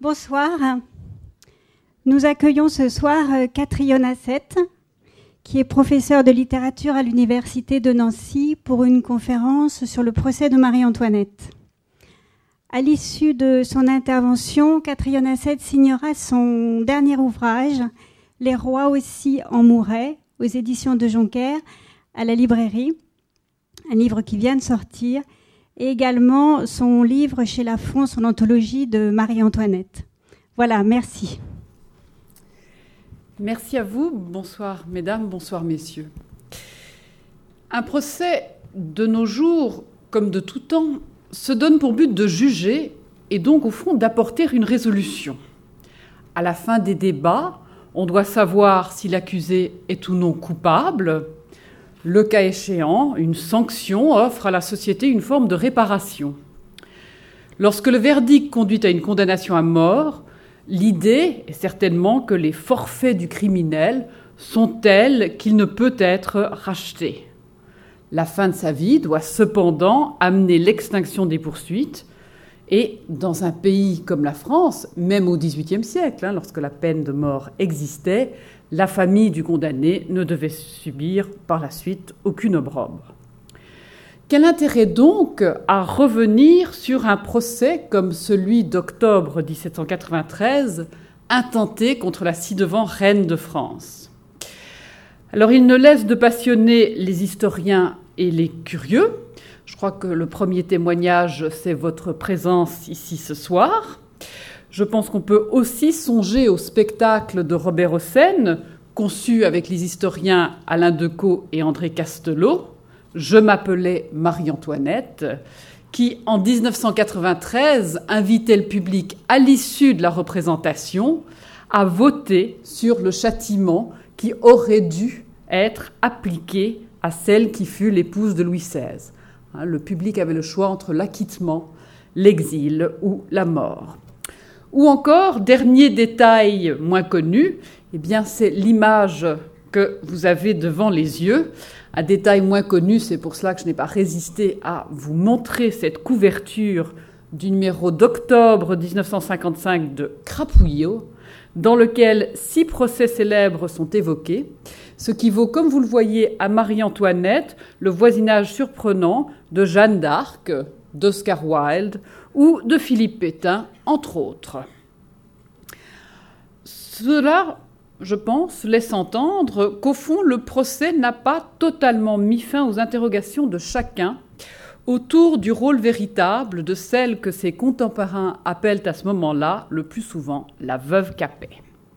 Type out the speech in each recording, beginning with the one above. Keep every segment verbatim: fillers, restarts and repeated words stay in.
Bonsoir. Nous accueillons ce soir Catherine Assette, qui est professeure de littérature à l'Université de Nancy pour une conférence sur le procès de Marie-Antoinette. À l'issue de son intervention, Catherine Assette signera son dernier ouvrage, Les rois aussi en mouraient, aux éditions de Jonker, à la librairie, un livre qui vient de sortir, et également son livre chez Lafon, son anthologie de Marie-Antoinette. Voilà, merci. Merci à vous. Bonsoir mesdames, bonsoir messieurs. Un procès de nos jours, comme de tout temps, se donne pour but de juger et donc au fond d'apporter une résolution. À la fin des débats, on doit savoir si l'accusé est ou non coupable. Le cas échéant, une sanction offre à la société une forme de réparation. Lorsque le verdict conduit à une condamnation à mort, l'idée est certainement que les forfaits du criminel sont tels qu'il ne peut être racheté. La fin de sa vie doit cependant amener l'extinction des poursuites. Et dans un pays comme la France, même au dix-huitième siècle, hein, lorsque la peine de mort existait, la famille du condamné ne devait subir par la suite aucune opprobre. Quel intérêt donc à revenir sur un procès comme celui d'octobre dix-sept cent quatre-vingt-treize, intenté contre la ci-devant reine de France ? Alors il ne laisse de passionner les historiens et les curieux. Je crois que le premier témoignage, c'est votre présence ici ce soir. Je pense qu'on peut aussi songer au spectacle de Robert Hossein, conçu avec les historiens Alain Decaux et André Castelot, « Je m'appelais Marie-Antoinette », qui, en dix-neuf cent quatre-vingt-treize, invitait le public, à l'issue de la représentation, à voter sur le châtiment qui aurait dû être appliqué à celle qui fut l'épouse de Louis seize. Le public avait le choix entre l'acquittement, l'exil ou la mort. Ou encore, dernier détail moins connu, eh bien, c'est l'image que vous avez devant les yeux. Un détail moins connu, c'est pour cela que je n'ai pas résisté à vous montrer cette couverture du numéro d'octobre dix-neuf cent cinquante-cinq de Crapouillot, dans lequel six procès célèbres sont évoqués, ce qui vaut, comme vous le voyez, à Marie-Antoinette, le voisinage surprenant de Jeanne d'Arc, d'Oscar Wilde ou de Philippe Pétain, entre autres. Cela, je pense, laisse entendre qu'au fond, le procès n'a pas totalement mis fin aux interrogations de chacun autour du rôle véritable de celle que ses contemporains appellent à ce moment-là, le plus souvent, la veuve Capet.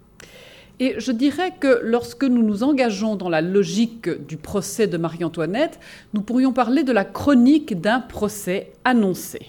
Et je dirais que lorsque nous nous engageons dans la logique du procès de Marie-Antoinette, nous pourrions parler de la chronique d'un procès annoncé.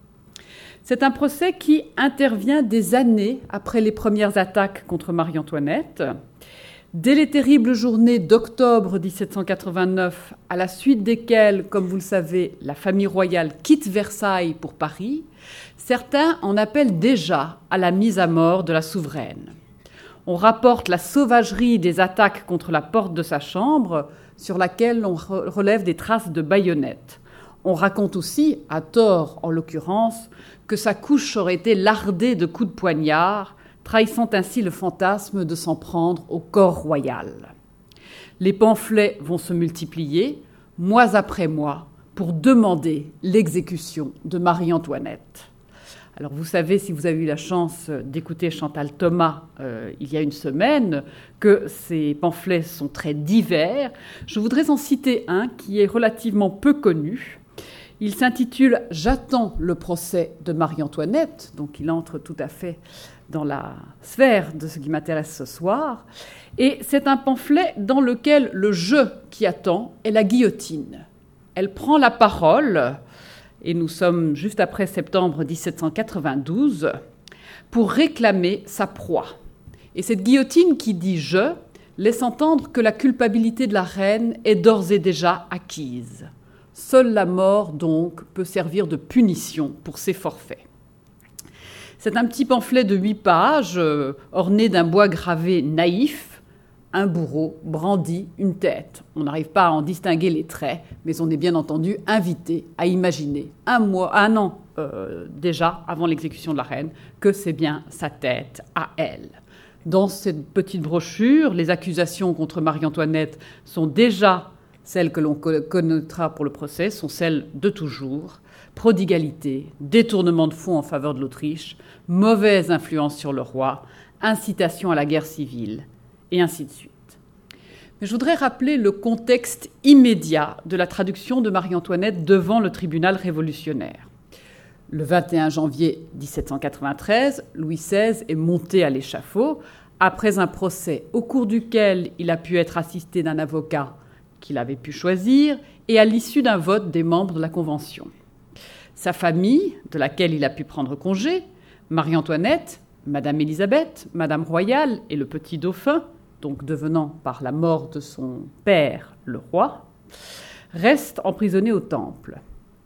C'est un procès qui intervient des années après les premières attaques contre Marie-Antoinette. Dès les terribles journées d'octobre dix-sept cent quatre-vingt-neuf, à la suite desquelles, comme vous le savez, la famille royale quitte Versailles pour Paris, certains en appellent déjà à la mise à mort de la souveraine. On rapporte la sauvagerie des attaques contre la porte de sa chambre, sur laquelle on relève des traces de baïonnettes. On raconte aussi, à tort en l'occurrence, que sa couche aurait été lardée de coups de poignard, trahissant ainsi le fantasme de s'en prendre au corps royal. Les pamphlets vont se multiplier, mois après mois, pour demander l'exécution de Marie-Antoinette. Alors vous savez, si vous avez eu la chance d'écouter Chantal Thomas euh, il y a une semaine, que ces pamphlets sont très divers. Je voudrais en citer un qui est relativement peu connu. Il s'intitule « J'attends le procès de Marie-Antoinette », donc il entre tout à fait dans la sphère de ce qui m'intéresse ce soir. Et c'est un pamphlet dans lequel le « je » qui attend est la guillotine. Elle prend la parole, et nous sommes juste après septembre dix-sept cent quatre-vingt-douze, pour réclamer sa proie. Et cette guillotine qui dit « je » laisse entendre que la culpabilité de la reine est d'ores et déjà acquise. Seule la mort, donc, peut servir de punition pour ses forfaits. C'est un petit pamphlet de huit pages, euh, orné d'un bois gravé naïf, un bourreau brandit une tête. On n'arrive pas à en distinguer les traits, mais on est bien entendu invité à imaginer un mois, un an euh, déjà avant l'exécution de la reine, que c'est bien sa tête à elle. Dans cette petite brochure, les accusations contre Marie-Antoinette sont déjà celles que l'on connaîtra pour le procès, sont celles de toujours. Prodigalité, détournement de fonds en faveur de l'Autriche, mauvaise influence sur le roi, incitation à la guerre civile, et ainsi de suite. Mais je voudrais rappeler le contexte immédiat de la traduction de Marie-Antoinette devant le tribunal révolutionnaire. Le vingt et un janvier dix-sept cent quatre-vingt-treize, Louis seize est monté à l'échafaud après un procès au cours duquel il a pu être assisté d'un avocat qu'il avait pu choisir et à l'issue d'un vote des membres de la Convention. Sa famille, de laquelle il a pu prendre congé, Marie-Antoinette, Madame Élisabeth, Madame Royale et le petit dauphin, donc devenant par la mort de son père le roi, restent emprisonnés au Temple.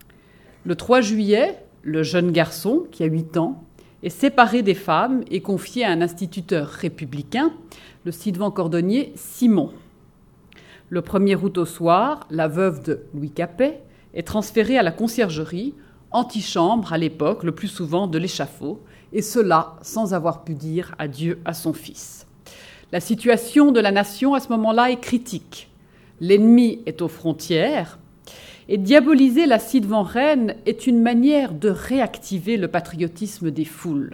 Le trois juillet, le jeune garçon, qui a huit ans, est séparé des femmes et confié à un instituteur républicain, le ci-devant cordonnier Simon. Le premier août au soir, la veuve de Louis Capet est transférée à la conciergerie, antichambre à l'époque, le plus souvent de l'échafaud, et cela sans avoir pu dire adieu à son fils. La situation de la nation à ce moment-là est critique. L'ennemi est aux frontières, et diaboliser la ci-devant reine est une manière de réactiver le patriotisme des foules.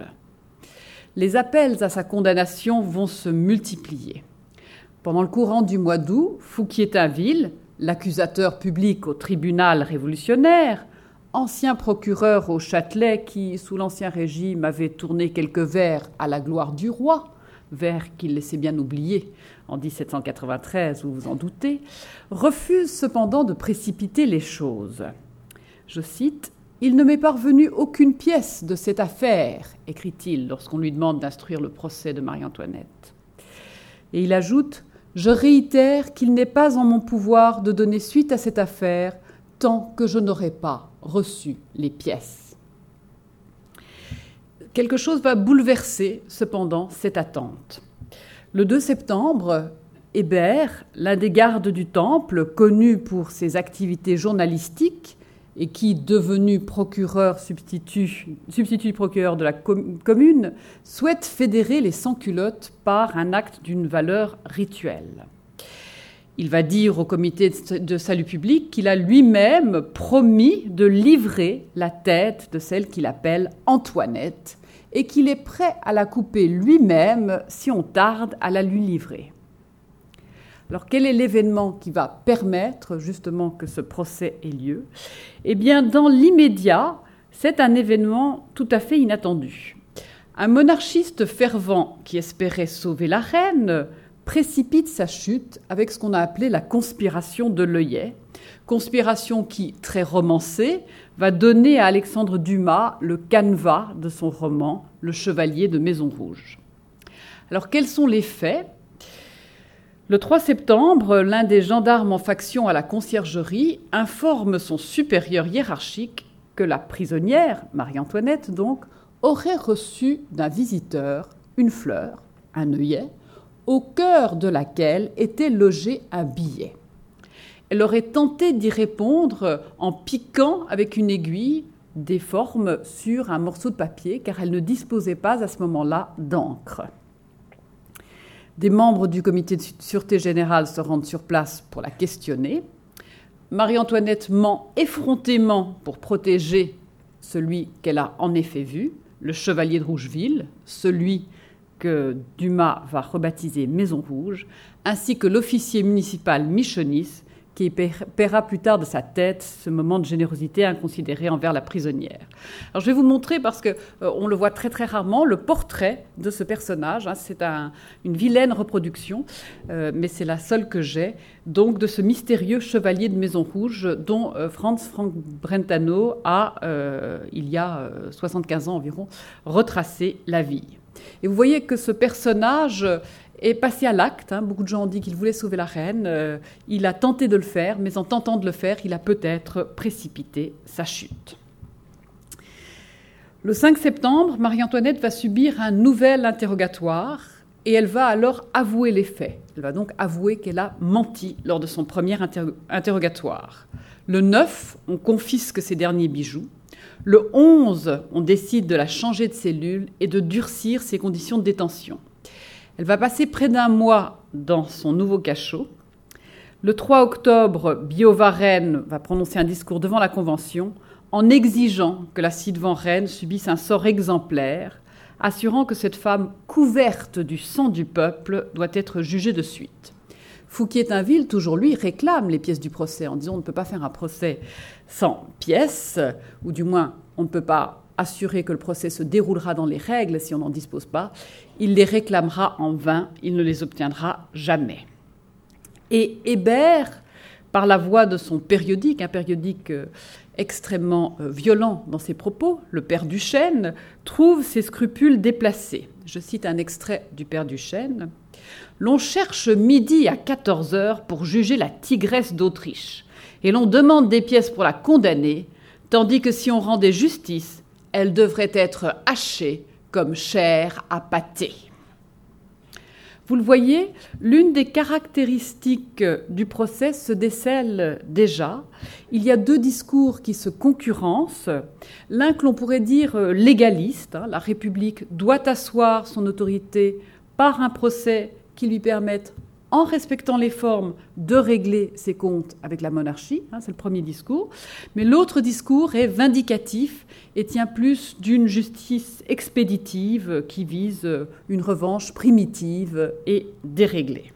Les appels à sa condamnation vont se multiplier. Pendant le courant du mois d'août, Fouquier-Tinville, l'accusateur public au tribunal révolutionnaire, ancien procureur au Châtelet qui, sous l'Ancien Régime, avait tourné quelques vers à la gloire du roi, vers qu'il laissait bien oublier en dix-sept cent quatre-vingt-treize, vous vous en doutez, refuse cependant de précipiter les choses. Je cite « Il ne m'est parvenu aucune pièce de cette affaire », écrit-il lorsqu'on lui demande d'instruire le procès de Marie-Antoinette. Et il ajoute « Je réitère qu'il n'est pas en mon pouvoir de donner suite à cette affaire tant que je n'aurai pas reçu les pièces. » Quelque chose va bouleverser cependant cette attente. Le deux septembre, Hébert, l'un des gardes du Temple, connu pour ses activités journalistiques et qui, devenu procureur substitut, substitut procureur de la commune, souhaite fédérer les sans-culottes par un acte d'une valeur rituelle. Il va dire au comité de salut public qu'il a lui-même promis de livrer la tête de celle qu'il appelle Antoinette et qu'il est prêt à la couper lui-même si on tarde à la lui livrer. Alors, quel est l'événement qui va permettre justement que ce procès ait lieu ? Eh bien, dans l'immédiat, c'est un événement tout à fait inattendu. Un monarchiste fervent qui espérait sauver la reine précipite sa chute avec ce qu'on a appelé la conspiration de l'œillet, conspiration qui, très romancée, va donner à Alexandre Dumas le canevas de son roman « Le Chevalier de Maison Rouge ». Alors, quels sont les faits ? Le trois septembre, l'un des gendarmes en faction à la conciergerie informe son supérieur hiérarchique que la prisonnière, Marie-Antoinette donc, aurait reçu d'un visiteur une fleur, un œillet, au cœur de laquelle était logé un billet. Elle aurait tenté d'y répondre en piquant avec une aiguille des formes sur un morceau de papier, car elle ne disposait pas à ce moment-là d'encre. Des membres du comité de sûreté générale se rendent sur place pour la questionner. Marie-Antoinette ment effrontément pour protéger celui qu'elle a en effet vu, le chevalier de Rougeville, celui que Dumas va rebaptiser Maison Rouge, ainsi que l'officier municipal Michonis, qui paiera plus tard de sa tête ce moment de générosité inconsidérée envers la prisonnière. Alors je vais vous montrer, parce qu'on euh, le voit très très rarement, le portrait de ce personnage. Hein, c'est un, une vilaine reproduction, euh, mais c'est la seule que j'ai, donc de ce mystérieux chevalier de Maison Rouge dont euh, Franz Frank Brentano a, euh, il y a euh, soixante-quinze ans environ, retracé la vie. Et vous voyez que ce personnage est passé à l'acte. Hein. Beaucoup de gens ont dit qu'il voulait sauver la reine. Euh, il a tenté de le faire, mais en tentant de le faire, il a peut-être précipité sa chute. Le cinq septembre, Marie-Antoinette va subir un nouvel interrogatoire et elle va alors avouer les faits. Elle va donc avouer qu'elle a menti lors de son premier interro- interrogatoire. Le neuf, on confisque ses derniers bijoux. Le onze, on décide de la changer de cellule et de durcir ses conditions de détention. Elle va passer près d'un mois dans son nouveau cachot. Le trois octobre, Biot-Varenne va prononcer un discours devant la Convention en exigeant que la ci-devant-reine subisse un sort exemplaire, assurant que cette femme couverte du sang du peuple doit être jugée de suite. Fouquier-Tinville, toujours lui, réclame les pièces du procès en disant on ne peut pas faire un procès sans pièces, ou du moins on ne peut pas assurer que le procès se déroulera dans les règles si on n'en dispose pas. Il les réclamera en vain, il ne les obtiendra jamais. Et Hébert, par la voix de son périodique, un périodique extrêmement violent dans ses propos, le Père Duchesne, trouve ses scrupules déplacés. Je cite un extrait du Père Duchesne. « L'on cherche midi à quatorze heures pour juger la tigresse d'Autriche, et l'on demande des pièces pour la condamner, tandis que si on rendait justice, elle devrait être hachée comme chair à pâté. » Vous le voyez, l'une des caractéristiques du procès se décèle déjà. Il y a deux discours qui se concurrencent. L'un que l'on pourrait dire légaliste, hein, la République doit asseoir son autorité par un procès qui lui permette, en respectant les formes, de régler ses comptes avec la monarchie. Hein, c'est le premier discours. Mais l'autre discours est vindicatif et tient plus d'une justice expéditive qui vise une revanche primitive et déréglée.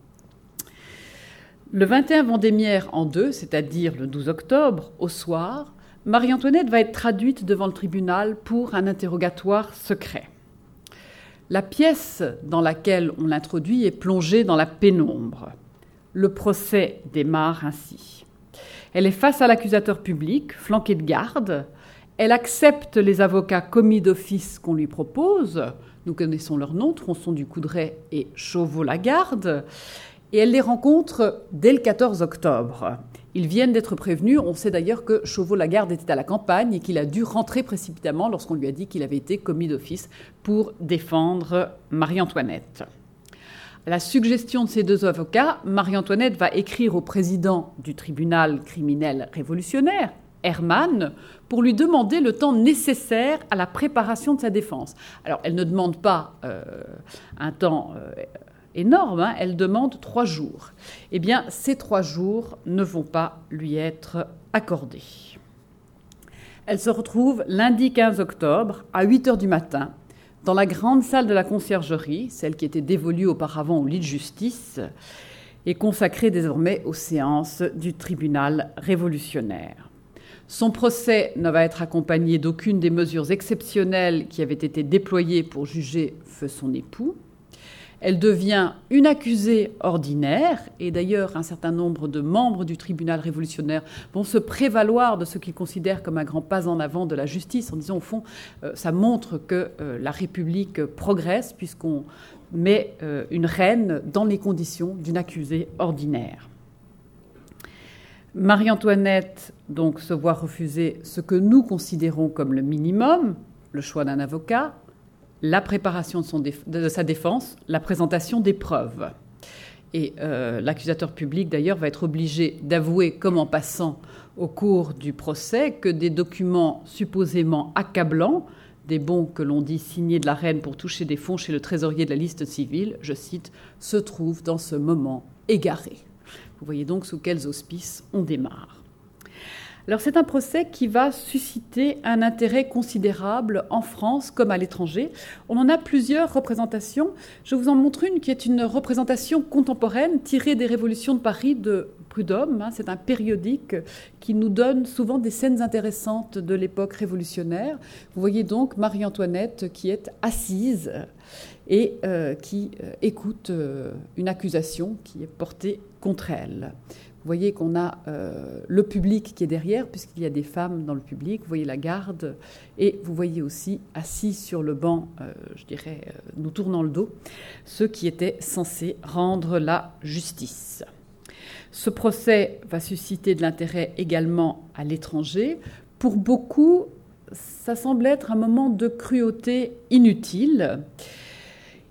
Le vingt et un Vendémiaire en deux, c'est-à-dire le douze octobre, au soir, Marie-Antoinette va être traduite devant le tribunal pour un interrogatoire secret. La pièce dans laquelle on l'introduit est plongée dans la pénombre. Le procès démarre ainsi. Elle est face à l'accusateur public, flanquée de gardes. Elle accepte les avocats commis d'office qu'on lui propose. Nous connaissons leurs noms, Tronçon du Coudray et Chauveau-Lagarde. Et elle les rencontre dès le quatorze octobre. Ils viennent d'être prévenus. On sait d'ailleurs que Chauveau-Lagarde était à la campagne et qu'il a dû rentrer précipitamment lorsqu'on lui a dit qu'il avait été commis d'office pour défendre Marie-Antoinette. À la suggestion de ces deux avocats, Marie-Antoinette va écrire au président du tribunal criminel révolutionnaire, Hermann, pour lui demander le temps nécessaire à la préparation de sa défense. Alors, elle ne demande pas euh, un temps euh, énorme, hein, elle demande trois jours. Eh bien, ces trois jours ne vont pas lui être accordés. Elle se retrouve lundi quinze octobre, à huit heures du matin, dans la grande salle de la conciergerie, celle qui était dévolue auparavant au lit de justice, et consacrée désormais aux séances du tribunal révolutionnaire. Son procès ne va être accompagné d'aucune des mesures exceptionnelles qui avaient été déployées pour juger feu son époux. Elle devient une accusée ordinaire, et d'ailleurs un certain nombre de membres du tribunal révolutionnaire vont se prévaloir de ce qu'ils considèrent comme un grand pas en avant de la justice, en disant au fond, euh, ça montre que euh, la République progresse puisqu'on met euh, une reine dans les conditions d'une accusée ordinaire. Marie-Antoinette donc se voit refuser ce que nous considérons comme le minimum, le choix d'un avocat, la préparation de, son déf- de sa défense, la présentation des preuves. Et euh, l'accusateur public, d'ailleurs, va être obligé d'avouer, comme en passant au cours du procès, que des documents supposément accablants, des bons que l'on dit signés de la reine pour toucher des fonds chez le trésorier de la liste civile, je cite, se trouvent dans ce moment égarés. Vous voyez donc sous quels auspices on démarre. Alors c'est un procès qui va susciter un intérêt considérable en France comme à l'étranger. On en a plusieurs représentations. Je vous en montre une qui est une représentation contemporaine tirée des Révolutions de Paris de Prudhomme. C'est un périodique qui nous donne souvent des scènes intéressantes de l'époque révolutionnaire. Vous voyez donc Marie-Antoinette qui est assise et euh, qui euh, écoute euh, une accusation qui est portée contre elle. Vous voyez qu'on a euh, le public qui est derrière, puisqu'il y a des femmes dans le public. Vous voyez la garde. Et vous voyez aussi, assis sur le banc, euh, je dirais, euh, nous tournant le dos, ceux qui étaient censés rendre la justice. Ce procès va susciter de l'intérêt également à l'étranger. Pour beaucoup, ça semble être un moment de cruauté inutile.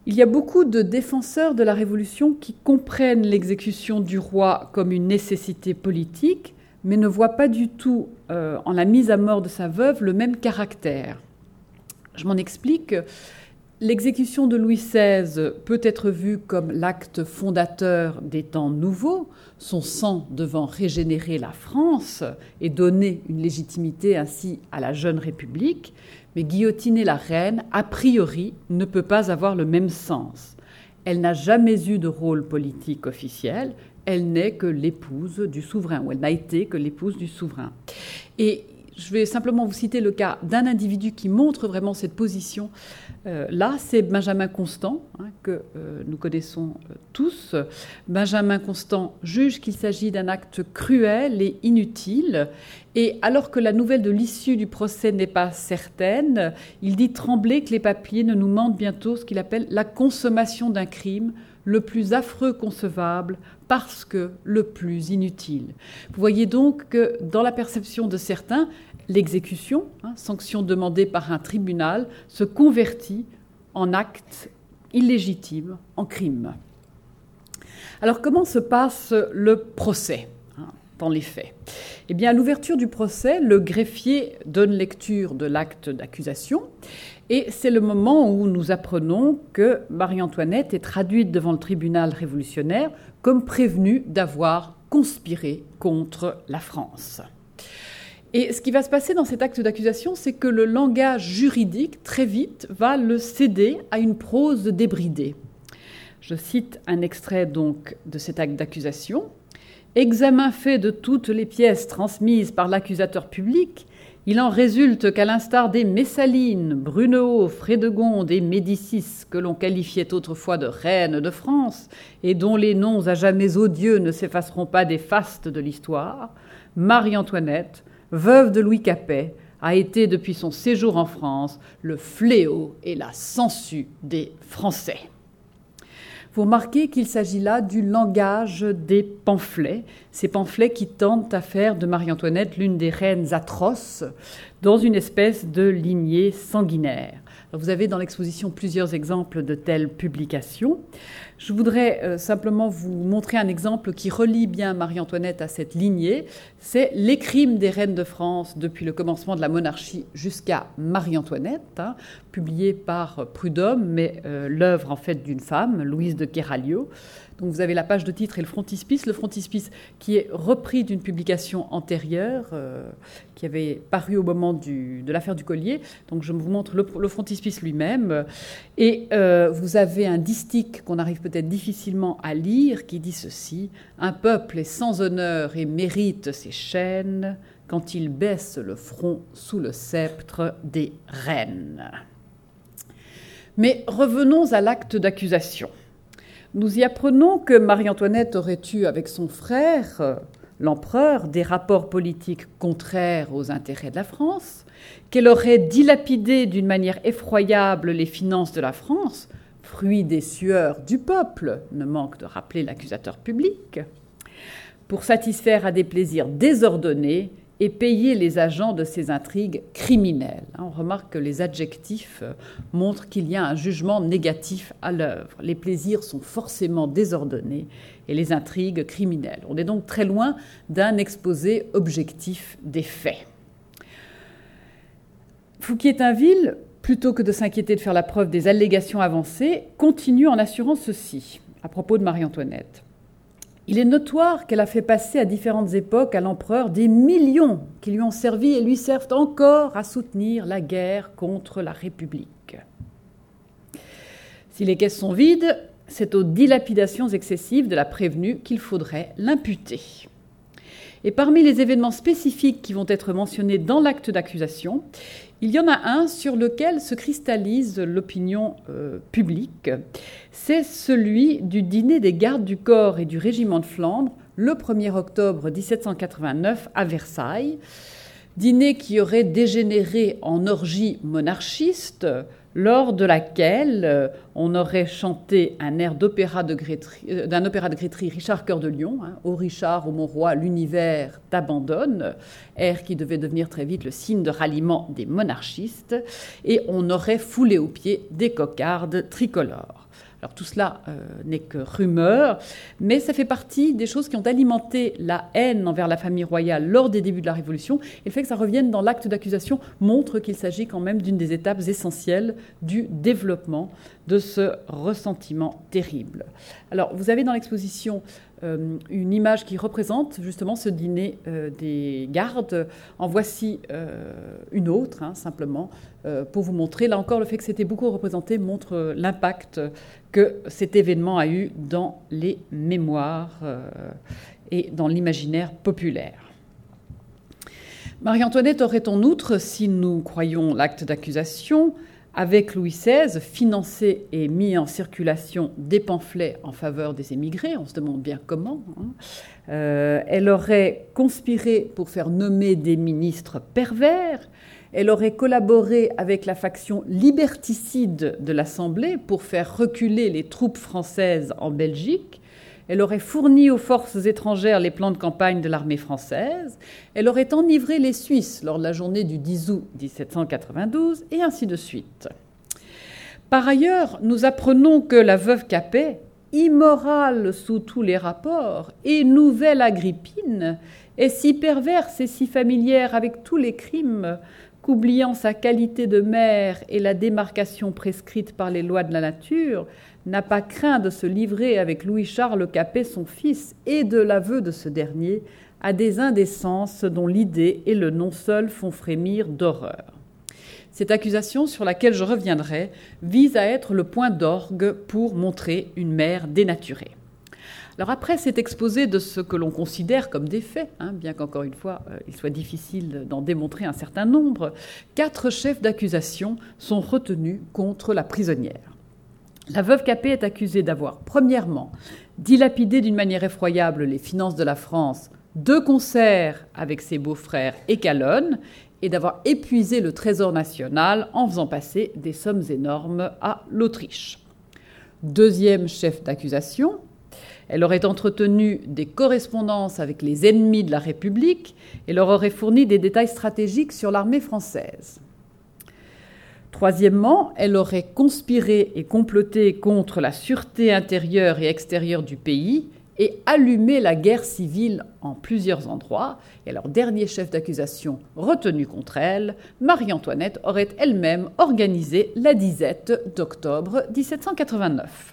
Il y a beaucoup de défenseurs de la Révolution qui comprennent l'exécution du roi comme une nécessité politique, mais ne voient pas du tout euh, en la mise à mort de sa veuve le même caractère. Je m'en explique. L'exécution de Louis seize peut être vue comme l'acte fondateur des temps nouveaux, son sang devant régénérer la France et donner une légitimité ainsi à la jeune République, mais guillotiner la reine, a priori, ne peut pas avoir le même sens. Elle n'a jamais eu de rôle politique officiel, elle n'est que l'épouse du souverain, ou elle n'a été que l'épouse du souverain. Et je vais simplement vous citer le cas d'un individu qui montre vraiment cette position. Euh, là, c'est Benjamin Constant, hein, que euh, nous connaissons euh, tous. Benjamin Constant juge qu'il s'agit d'un acte cruel et inutile. Et alors que la nouvelle de l'issue du procès n'est pas certaine, il dit trembler que les papiers ne nous mentent bientôt ce qu'il appelle la consommation d'un crime, le plus affreux concevable, parce que le plus inutile. Vous voyez donc que dans la perception de certains, l'exécution, hein, sanction demandée par un tribunal, se convertit en acte illégitime, en crime. Alors comment se passe le procès, hein, dans les faits ? Eh bien, à l'ouverture du procès, le greffier donne lecture de l'acte d'accusation. Et c'est le moment où nous apprenons que Marie-Antoinette est traduite devant le tribunal révolutionnaire comme prévenue d'avoir conspiré contre la France. Et ce qui va se passer dans cet acte d'accusation, c'est que le langage juridique, très vite, va le céder à une prose débridée. Je cite un extrait donc de cet acte d'accusation. « Examen fait de toutes les pièces transmises par l'accusateur public, il en résulte qu'à l'instar des Messalines, Brunehaut, Frédégonde et Médicis, que l'on qualifiait autrefois de reines de France, et dont les noms à jamais odieux ne s'effaceront pas des fastes de l'histoire, Marie-Antoinette, veuve de Louis Capet, a été depuis son séjour en France le fléau et la sangsue des Français. » Vous remarquez qu'il s'agit là du langage des pamphlets, ces pamphlets qui tentent à faire de Marie-Antoinette l'une des reines atroces dans une espèce de lignée sanguinaire. Alors vous avez dans l'exposition plusieurs exemples de telles publications. Je voudrais euh, simplement vous montrer un exemple qui relie bien Marie-Antoinette à cette lignée. C'est Les crimes des reines de France depuis le commencement de la monarchie jusqu'à Marie-Antoinette, hein, publié par Prud'homme, mais euh, l'œuvre en fait d'une femme, Louise de Kéralio. Donc vous avez la page de titre et le frontispice. Le frontispice qui est repris d'une publication antérieure, euh, qui avait paru au moment du, de l'affaire du collier. Donc je vous montre le, le frontispice lui-même. Et euh, vous avez un distique qu'on arrive peut-être difficilement à lire, qui dit ceci. « Un peuple est sans honneur et mérite ses chaînes quand il baisse le front sous le sceptre des reines. » Mais revenons à l'acte d'accusation. Nous y apprenons que Marie-Antoinette aurait eu avec son frère, l'empereur, des rapports politiques contraires aux intérêts de la France, qu'elle aurait dilapidé d'une manière effroyable les finances de la France, fruit des sueurs du peuple, ne manque de rappeler l'accusateur public, pour satisfaire à des plaisirs désordonnés et payer les agents de ces intrigues criminelles. On remarque que les adjectifs montrent qu'il y a un jugement négatif à l'œuvre. Les plaisirs sont forcément désordonnés et les intrigues criminelles. On est donc très loin d'un exposé objectif des faits. Fouquier-Tinville, plutôt que de s'inquiéter de faire la preuve des allégations avancées, continue en assurant ceci à propos de Marie-Antoinette. Il est notoire qu'elle a fait passer à différentes époques à l'empereur des millions qui lui ont servi et lui servent encore à soutenir la guerre contre la République. Si les caisses sont vides, c'est aux dilapidations excessives de la prévenue qu'il faudrait l'imputer. Et parmi les événements spécifiques qui vont être mentionnés dans l'acte d'accusation, il y en a un sur lequel se cristallise l'opinion euh, publique. C'est celui du dîner des gardes du corps et du régiment de Flandre le premier octobre dix-sept cent quatre-vingt-neuf à Versailles. Dîner qui aurait dégénéré en orgie monarchiste, lors de laquelle on aurait chanté un air d'opéra de Grétry, d'un opéra de Grétry, Richard Cœur de Lion, hein, « Ô Richard, ô mon roi, l'univers t'abandonne », air qui devait devenir très vite le signe de ralliement des monarchistes, et on aurait foulé aux pieds des cocardes tricolores. Alors tout cela euh, n'est que rumeur, mais ça fait partie des choses qui ont alimenté la haine envers la famille royale lors des débuts de la Révolution. Et le fait que ça revienne dans l'acte d'accusation montre qu'il s'agit quand même d'une des étapes essentielles du développement de ce ressentiment terrible. Alors vous avez dans l'exposition euh, une image qui représente justement ce dîner euh, des gardes. En voici euh, une autre, hein, simplement, euh, pour vous montrer. Là encore, le fait que c'était beaucoup représenté montre euh, l'impact que cet événement a eu dans les mémoires euh, et dans l'imaginaire populaire. Marie-Antoinette aurait en outre, si nous croyons l'acte d'accusation, avec Louis seize, financé et mis en circulation des pamphlets en faveur des émigrés, on se demande bien comment. Hein. Euh, elle aurait conspiré pour faire nommer des ministres pervers. Elle aurait collaboré avec la faction liberticide de l'Assemblée pour faire reculer les troupes françaises en Belgique. Elle aurait fourni aux forces étrangères les plans de campagne de l'armée française. Elle aurait enivré les Suisses lors de la journée du dix août dix-sept cent quatre-vingt-douze, et ainsi de suite. Par ailleurs, nous apprenons que la veuve Capet, immorale sous tous les rapports, et nouvelle Agrippine, est si perverse et si familière avec tous les crimes qu'oubliant sa qualité de mère et la démarcation prescrite par les lois de la nature, n'a pas craint de se livrer avec Louis-Charles Capet, son fils, et de l'aveu de ce dernier, à des indécences dont l'idée et le nom seul font frémir d'horreur. Cette accusation, sur laquelle je reviendrai, vise à être le point d'orgue pour montrer une mère dénaturée. Alors après cet exposé de ce que l'on considère comme des faits, hein, bien qu'encore une fois euh, il soit difficile d'en démontrer un certain nombre, quatre chefs d'accusation sont retenus contre la prisonnière. La veuve Capet est accusée d'avoir, premièrement, dilapidé d'une manière effroyable les finances de la France de concert avec ses beaux-frères et Calonne, et d'avoir épuisé le trésor national en faisant passer des sommes énormes à l'Autriche. Deuxième chef d'accusation, elle aurait entretenu des correspondances avec les ennemis de la République et leur aurait fourni des détails stratégiques sur l'armée française. Troisièmement, elle aurait conspiré et comploté contre la sûreté intérieure et extérieure du pays et allumé la guerre civile en plusieurs endroits. Et alors, dernier chef d'accusation retenu contre elle, Marie-Antoinette aurait elle-même organisé la disette d'octobre dix-sept cent quatre-vingt-neuf.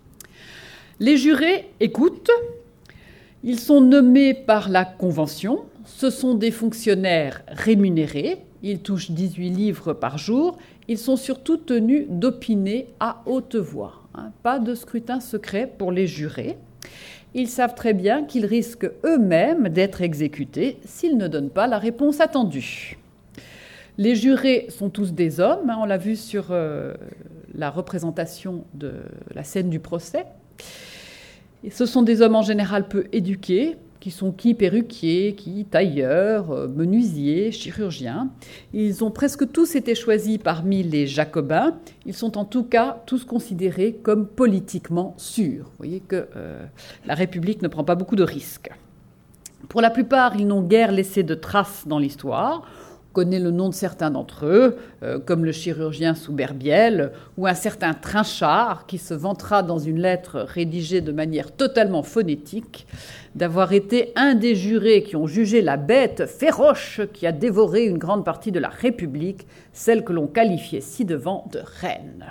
Les jurés écoutent. Ils sont nommés par la Convention. Ce sont des fonctionnaires rémunérés. Ils touchent dix-huit livres par jour. Ils sont surtout tenus d'opiner à haute voix. Pas de scrutin secret pour les jurés. Ils savent très bien qu'ils risquent eux-mêmes d'être exécutés s'ils ne donnent pas la réponse attendue. Les jurés sont tous des hommes. On l'a vu sur euh, la représentation de la scène du procès. Et ce sont des hommes en général peu éduqués, qui sont qui perruquiers, qui tailleurs, menuisiers, chirurgiens. Ils ont presque tous été choisis parmi les Jacobins. Ils sont en tout cas tous considérés comme politiquement sûrs. Vous voyez que euh, la République ne prend pas beaucoup de risques. Pour la plupart, ils n'ont guère laissé de traces dans l'histoire. On connaît le nom de certains d'entre eux, euh, comme le chirurgien Souberbiel, ou un certain Trinchard, qui se vantera dans une lettre rédigée de manière totalement phonétique d'avoir été un des jurés qui ont jugé la bête féroce qui a dévoré une grande partie de la République, celle que l'on qualifiait ci-devant de reine.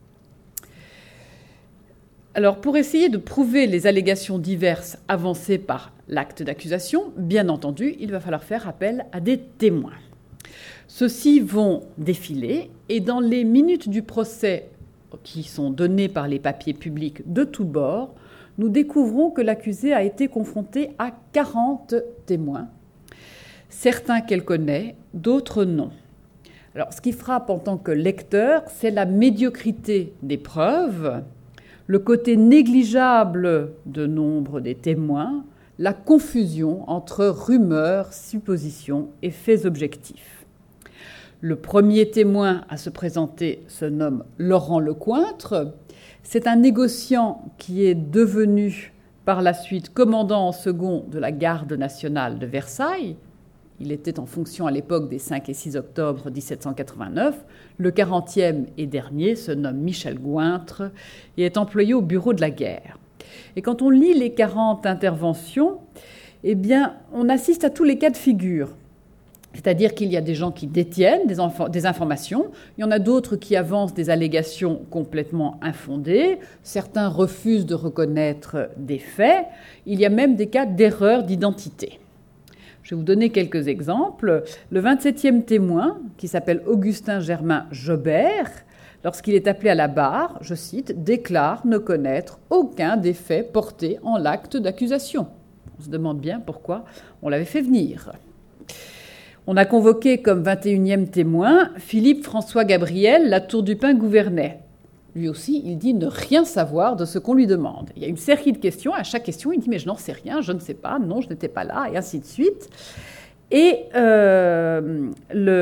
Alors, pour essayer de prouver les allégations diverses avancées par l'acte d'accusation, bien entendu, il va falloir faire appel à des témoins. Ceux-ci vont défiler et dans les minutes du procès qui sont données par les papiers publics de tous bords, nous découvrons que l'accusée a été confrontée à quarante témoins, certains qu'elle connaît, d'autres non. Alors, ce qui frappe en tant que lecteur, c'est la médiocrité des preuves, le côté négligeable de nombre des témoins, la confusion entre rumeurs, suppositions et faits objectifs. Le premier témoin à se présenter se nomme Laurent Lecointre. C'est un négociant qui est devenu par la suite commandant en second de la garde nationale de Versailles. Il était en fonction à l'époque des cinq et six octobre dix-sept cent quatre-vingt-neuf. Le quarantième et dernier se nomme Michel Gointre et est employé au bureau de la guerre. Et quand on lit les quarante interventions, eh bien, on assiste à tous les cas de figure. C'est-à-dire qu'il y a des gens qui détiennent des, inf- des informations, il y en a d'autres qui avancent des allégations complètement infondées, certains refusent de reconnaître des faits, il y a même des cas d'erreur d'identité. Je vais vous donner quelques exemples. Le vingt-septième témoin, qui s'appelle Augustin Germain Jobert, lorsqu'il est appelé à la barre, je cite, « déclare ne connaître aucun des faits portés en l'acte d'accusation ». On se demande bien pourquoi on l'avait fait venir. On a convoqué comme vingt et unième témoin Philippe François Gabriel, la Tour du Pin gouvernait. Lui aussi, il dit ne rien savoir de ce qu'on lui demande. Il y a une série de questions. À chaque question, il dit « mais je n'en sais rien, je ne sais pas, non, je n'étais pas là », et ainsi de suite. Et euh,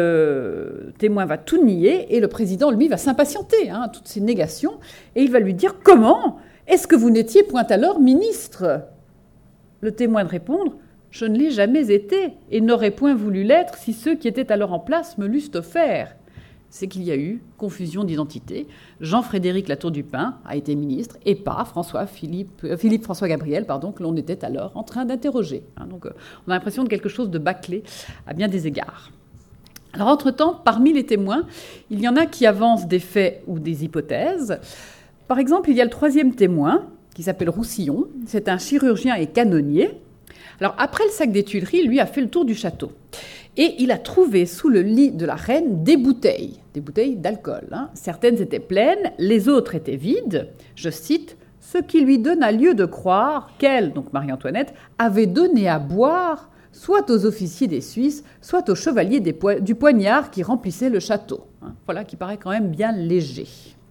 le témoin va tout nier, et le président, lui, va s'impatienter, hein, toutes ces négations, et il va lui dire « comment ? Est-ce que vous n'étiez point alors ministre ?» Le témoin de répondre « je ne l'ai jamais été, et n'aurais point voulu l'être si ceux qui étaient alors en place me l'eussent offert. » C'est qu'il y a eu confusion d'identité. Jean-Frédéric Latour du Pin a été ministre et pas François Philippe, euh, Philippe François Gabriel, pardon, que l'on était alors en train d'interroger. Hein, donc, euh, on a l'impression de quelque chose de bâclé à bien des égards. Alors, entre-temps, parmi les témoins, il y en a qui avancent des faits ou des hypothèses. Par exemple, il y a le troisième témoin qui s'appelle Roussillon. C'est un chirurgien et canonnier. Alors, après le sac des Tuileries, lui a fait le tour du château. Et il a trouvé sous le lit de la reine des bouteilles, des bouteilles d'alcool. Hein. Certaines étaient pleines, les autres étaient vides. Je cite, « ce qui lui donna lieu de croire qu'elle, donc Marie-Antoinette, avait donné à boire soit aux officiers des Suisses, soit aux chevaliers des po- du poignard qui remplissaient le château. Hein. » Voilà qui paraît quand même bien léger.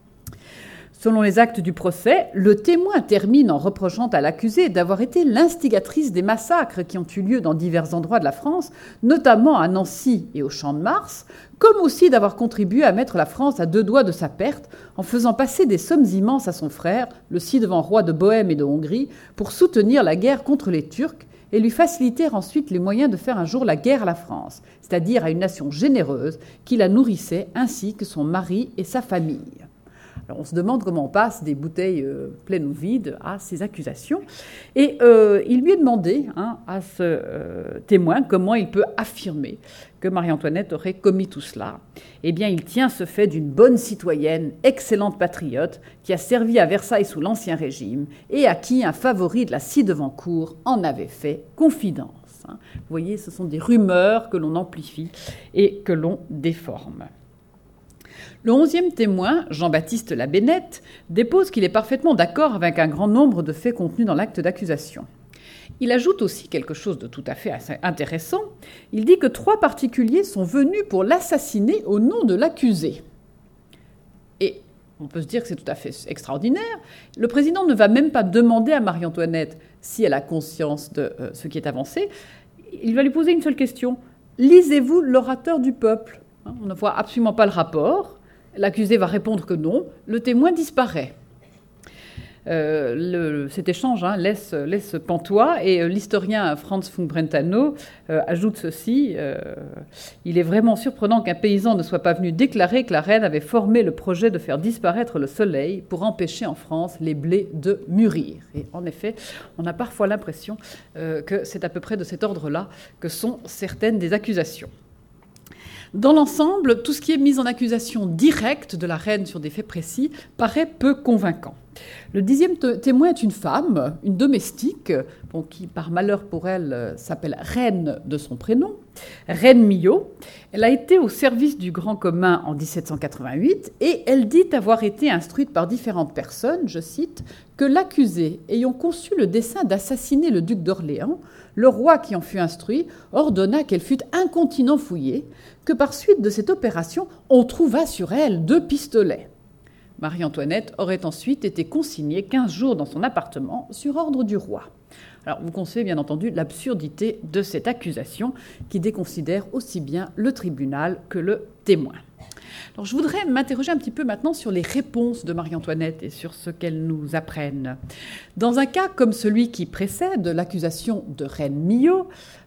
Selon les actes du procès, le témoin termine en reprochant à l'accusée d'avoir été l'instigatrice des massacres qui ont eu lieu dans divers endroits de la France, notamment à Nancy et au Champ de Mars, comme aussi d'avoir contribué à mettre la France à deux doigts de sa perte en faisant passer des sommes immenses à son frère, le ci-devant roi de Bohême et de Hongrie, pour soutenir la guerre contre les Turcs et lui faciliter ensuite les moyens de faire un jour la guerre à la France, c'est-à-dire à une nation généreuse qui la nourrissait ainsi que son mari et sa famille. Alors on se demande comment on passe des bouteilles euh, pleines ou vides à ces accusations. Et euh, il lui est demandé, hein, à ce euh, témoin, comment il peut affirmer que Marie-Antoinette aurait commis tout cela. Eh bien, il tient ce fait d'une bonne citoyenne, excellente patriote, qui a servi à Versailles sous l'Ancien Régime et à qui un favori de la ci-devant cour en avait fait confidence. Hein. Vous voyez, ce sont des rumeurs que l'on amplifie et que l'on déforme. Le onzième témoin, Jean-Baptiste Labénette, dépose qu'il est parfaitement d'accord avec un grand nombre de faits contenus dans l'acte d'accusation. Il ajoute aussi quelque chose de tout à fait intéressant. Il dit que trois particuliers sont venus pour l'assassiner au nom de l'accusé. Et on peut se dire que c'est tout à fait extraordinaire. Le président ne va même pas demander à Marie-Antoinette si elle a conscience de euh, ce qui est avancé. Il va lui poser une seule question. « Lisez-vous l'orateur du peuple ?» On ne voit absolument pas le rapport. L'accusé va répondre que non. Le témoin disparaît. Euh, le, cet échange hein, laisse, laisse pantois. Et euh, l'historien Franz von Brentano euh, ajoute ceci. Euh, il est vraiment surprenant qu'un paysan ne soit pas venu déclarer que la reine avait formé le projet de faire disparaître le soleil pour empêcher en France les blés de mûrir. Et en effet, on a parfois l'impression euh, que c'est à peu près de cet ordre-là que sont certaines des accusations. Dans l'ensemble, tout ce qui est mis en accusation directe de la reine sur des faits précis paraît peu convaincant. Le dixième témoin est une femme, une domestique, bon, qui par malheur pour elle s'appelle Reine de son prénom, Reine Millot. Elle a été au service du grand commun en dix-sept cent quatre-vingt-huit et elle dit avoir été instruite par différentes personnes, je cite, que l'accusé ayant conçu le dessein d'assassiner le duc d'Orléans, le roi qui en fut instruit ordonna qu'elle fût incontinent fouillée, que par suite de cette opération, on trouva sur elle deux pistolets. Marie-Antoinette aurait ensuite été consignée quinze jours dans son appartement sur ordre du roi. Alors, vous concevez bien entendu l'absurdité de cette accusation qui déconsidère aussi bien le tribunal que le témoin. Alors, je voudrais m'interroger un petit peu maintenant sur les réponses de Marie-Antoinette et sur ce qu'elles nous apprennent. Dans un cas comme celui qui précède l'accusation de Reine Millot,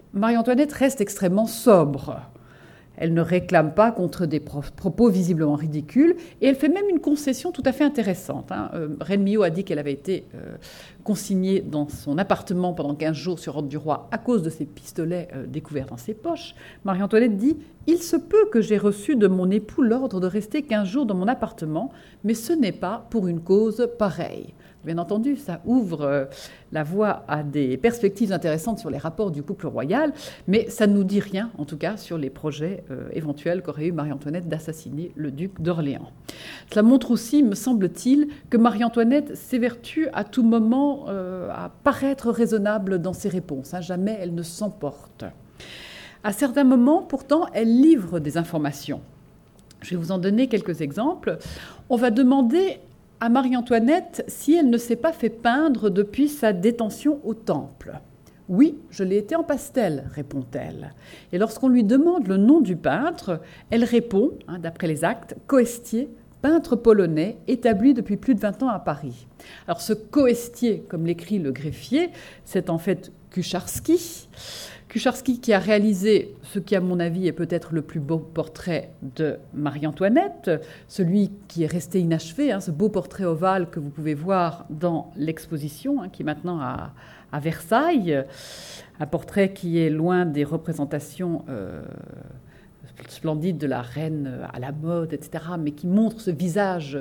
Marie-Antoinette reste extrêmement sobre. Elle ne réclame pas contre des propos visiblement ridicules et elle fait même une concession tout à fait intéressante. Hein. Euh, Reine Millot a dit qu'elle avait été euh, consignée dans son appartement pendant quinze jours sur ordre du roi à cause de ses pistolets euh, découverts dans ses poches. Marie-Antoinette dit « Il se peut que j'ai reçu de mon époux l'ordre de rester quinze jours dans mon appartement, mais ce n'est pas pour une cause pareille. » Bien entendu, ça ouvre la voie à des perspectives intéressantes sur les rapports du couple royal, mais ça ne nous dit rien, en tout cas, sur les projets euh, éventuels qu'aurait eu Marie-Antoinette d'assassiner le duc d'Orléans. Cela montre aussi, me semble-t-il, que Marie-Antoinette s'évertue à tout moment euh, à paraître raisonnable dans ses réponses. Hein, jamais elle ne s'emporte. À certains moments, pourtant, elle livre des informations. Je vais vous en donner quelques exemples. On va demander à Marie-Antoinette si elle ne s'est pas fait peindre depuis sa détention au Temple. « Oui, je l'ai été en pastel », répond-elle. Et lorsqu'on lui demande le nom du peintre, elle répond, hein, d'après les actes, « Coëstier, peintre polonais, établi depuis plus de vingt ans à Paris ». Alors ce Coëstier, comme l'écrit le greffier, c'est en fait Kucharski. Kucharski qui a réalisé ce qui, à mon avis, est peut-être le plus beau portrait de Marie-Antoinette, celui qui est resté inachevé, hein, ce beau portrait ovale que vous pouvez voir dans l'exposition, hein, qui est maintenant à, à Versailles, un portrait qui est loin des représentations euh, splendides de la reine à la mode, et cetera, mais qui montre ce visage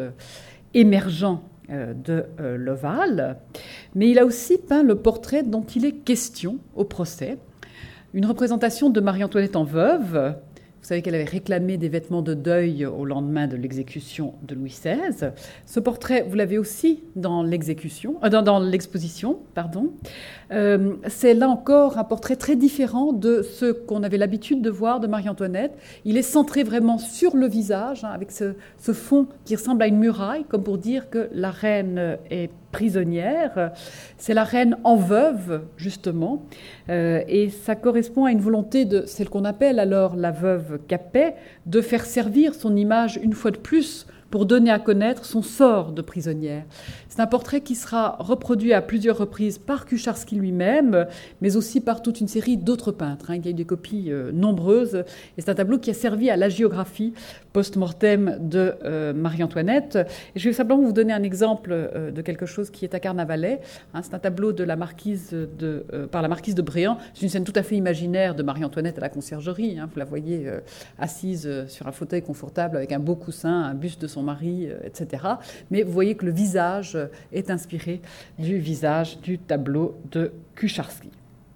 émergent de euh, l'ovale. Mais il a aussi peint le portrait dont il est question au procès, une représentation de Marie-Antoinette en veuve. Vous savez qu'elle avait réclamé des vêtements de deuil au lendemain de l'exécution de Louis seize. Ce portrait, vous l'avez aussi dans l'exécution, euh, dans, dans l'exposition, pardon. Euh, c'est là encore un portrait très différent de ce qu'on avait l'habitude de voir de Marie-Antoinette. Il est centré vraiment sur le visage, hein, avec ce, ce fond qui ressemble à une muraille, comme pour dire que la reine est prisonnière. C'est la reine en veuve, justement, euh, et ça correspond à une volonté de celle qu'on appelle alors la veuve Capet, de faire servir son image une fois de plus pour donner à connaître son sort de prisonnière. C'est un portrait qui sera reproduit à plusieurs reprises par Kucharski lui-même, mais aussi par toute une série d'autres peintres. Il y a eu des copies nombreuses, et c'est un tableau qui a servi à l'hagiographie post-mortem de euh, Marie-Antoinette. Et je vais simplement vous donner un exemple euh, de quelque chose qui est à Carnavalet. Hein, c'est un tableau de la marquise de, euh, par la marquise de Bréant. C'est une scène tout à fait imaginaire de Marie-Antoinette à la conciergerie. Hein, vous la voyez euh, assise euh, sur un fauteuil confortable avec un beau coussin, un buste de son mari, euh, et cetera. Mais vous voyez que le visage euh, est inspiré du visage du tableau de Kucharski.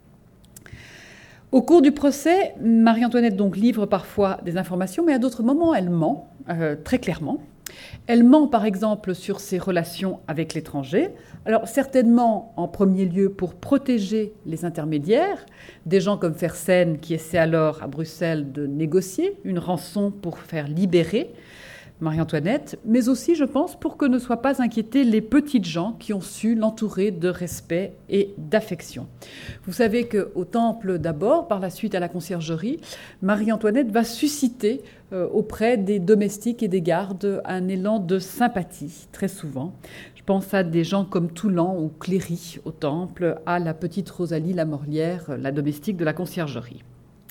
Au cours du procès, Marie-Antoinette donc livre parfois des informations, mais à d'autres moments, elle ment, euh, très clairement. Elle ment, par exemple, sur ses relations avec l'étranger. Alors, certainement, en premier lieu, pour protéger les intermédiaires, des gens comme Fersen, qui essaient alors, à Bruxelles, de négocier une rançon pour faire libérer Marie-Antoinette, mais aussi, je pense, pour que ne soient pas inquiétés les petites gens qui ont su l'entourer de respect et d'affection. Vous savez qu'au Temple d'abord, par la suite à la conciergerie, Marie-Antoinette va susciter euh, auprès des domestiques et des gardes un élan de sympathie, très souvent. Je pense à des gens comme Toulan ou Cléry au Temple, à la petite Rosalie Lamorlière, la domestique de la conciergerie.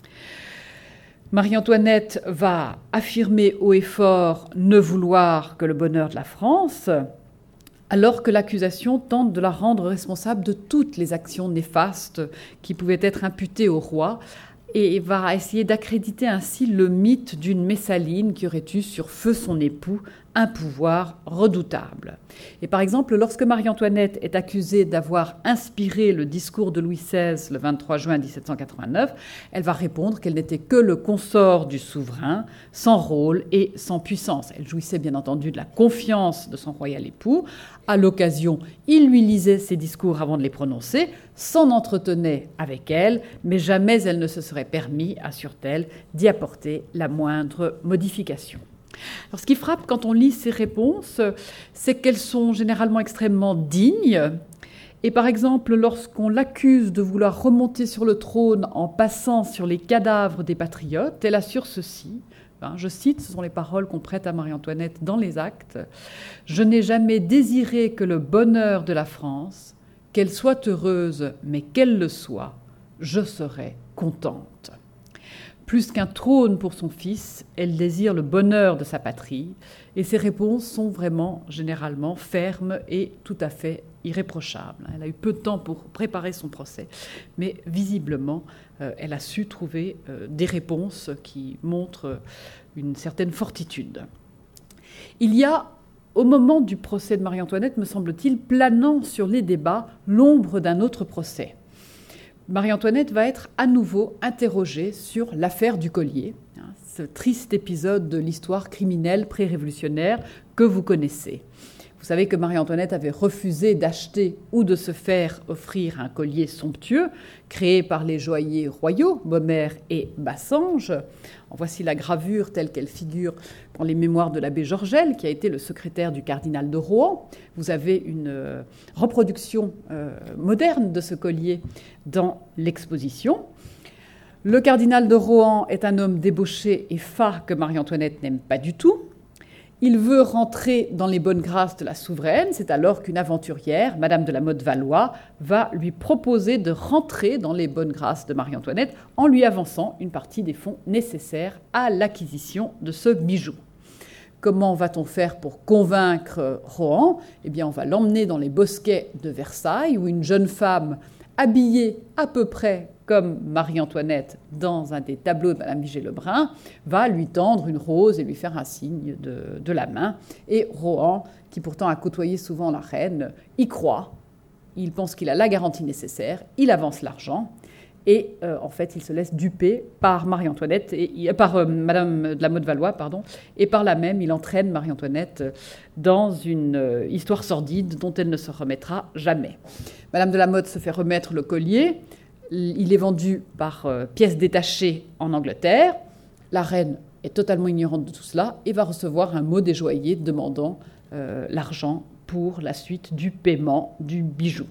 Marie-Antoinette va affirmer haut et fort ne vouloir que le bonheur de la France, alors que l'accusation tente de la rendre responsable de toutes les actions néfastes qui pouvaient être imputées au roi, et va essayer d'accréditer ainsi le mythe d'une Messaline qui aurait eu sur feu son époux un pouvoir redoutable. Et par exemple, lorsque Marie-Antoinette est accusée d'avoir inspiré le discours de Louis seize le vingt-trois juin dix-sept cent quatre-vingt-neuf, elle va répondre qu'elle n'était que le consort du souverain, sans rôle et sans puissance. Elle jouissait bien entendu de la confiance de son royal époux. À l'occasion, il lui lisait ses discours avant de les prononcer, s'en entretenait avec elle, mais jamais elle ne se serait permis, assure-t-elle, d'y apporter la moindre modification. Alors, ce qui frappe quand on lit ces réponses, c'est qu'elles sont généralement extrêmement dignes. Et par exemple, lorsqu'on l'accuse de vouloir remonter sur le trône en passant sur les cadavres des patriotes, elle assure ceci. Je cite, ce sont les paroles qu'on prête à Marie-Antoinette dans les actes. « Je n'ai jamais désiré que le bonheur de la France, qu'elle soit heureuse, mais qu'elle le soit, je serai contente. Plus qu'un trône pour son fils, elle désire le bonheur de sa patrie, et ses réponses sont vraiment généralement fermes et tout à fait irréprochables. Elle a eu peu de temps pour préparer son procès, mais visiblement, euh, elle a su trouver euh, des réponses qui montrent une certaine fortitude. Il y a, au moment du procès de Marie-Antoinette, me semble-t-il, planant sur les débats, l'ombre d'un autre procès. Marie-Antoinette va être à nouveau interrogée sur l'affaire du collier, ce triste épisode de l'histoire criminelle pré-révolutionnaire que vous connaissez. Vous savez que Marie-Antoinette avait refusé d'acheter ou de se faire offrir un collier somptueux créé par les joailliers royaux, Beaumaire et Bassange. En voici la gravure telle qu'elle figure dans les mémoires de l'abbé Georgel, qui a été le secrétaire du cardinal de Rohan. Vous avez une euh, reproduction euh, moderne de ce collier dans l'exposition. Le cardinal de Rohan est un homme débauché et fat que Marie-Antoinette n'aime pas du tout. Il veut rentrer dans les bonnes grâces de la souveraine. C'est alors qu'une aventurière, Madame de la Motte Valois, va lui proposer de rentrer dans les bonnes grâces de Marie-Antoinette en lui avançant une partie des fonds nécessaires à l'acquisition de ce bijou. Comment va-t-on faire pour convaincre Rohan ? Eh bien, on va l'emmener dans les bosquets de Versailles, où une jeune femme habillée à peu près comme Marie-Antoinette dans un des tableaux de Madame Vigée-Lebrun, va lui tendre une rose et lui faire un signe de, de la main. Et Rohan, qui pourtant a côtoyé souvent la reine, y croit. Il pense qu'il a la garantie nécessaire, il avance l'argent, et euh, en fait, il se laisse duper par Marie-Antoinette, et, par euh, Madame de la Motte Valois, pardon, et par là même, il entraîne Marie-Antoinette dans une euh, histoire sordide dont elle ne se remettra jamais. Madame de la Motte se fait remettre le collier. Il est vendu par euh, pièces détachées en Angleterre. La reine est totalement ignorante de tout cela et va recevoir un mot des joailliers demandant euh, l'argent pour la suite du paiement du bijou.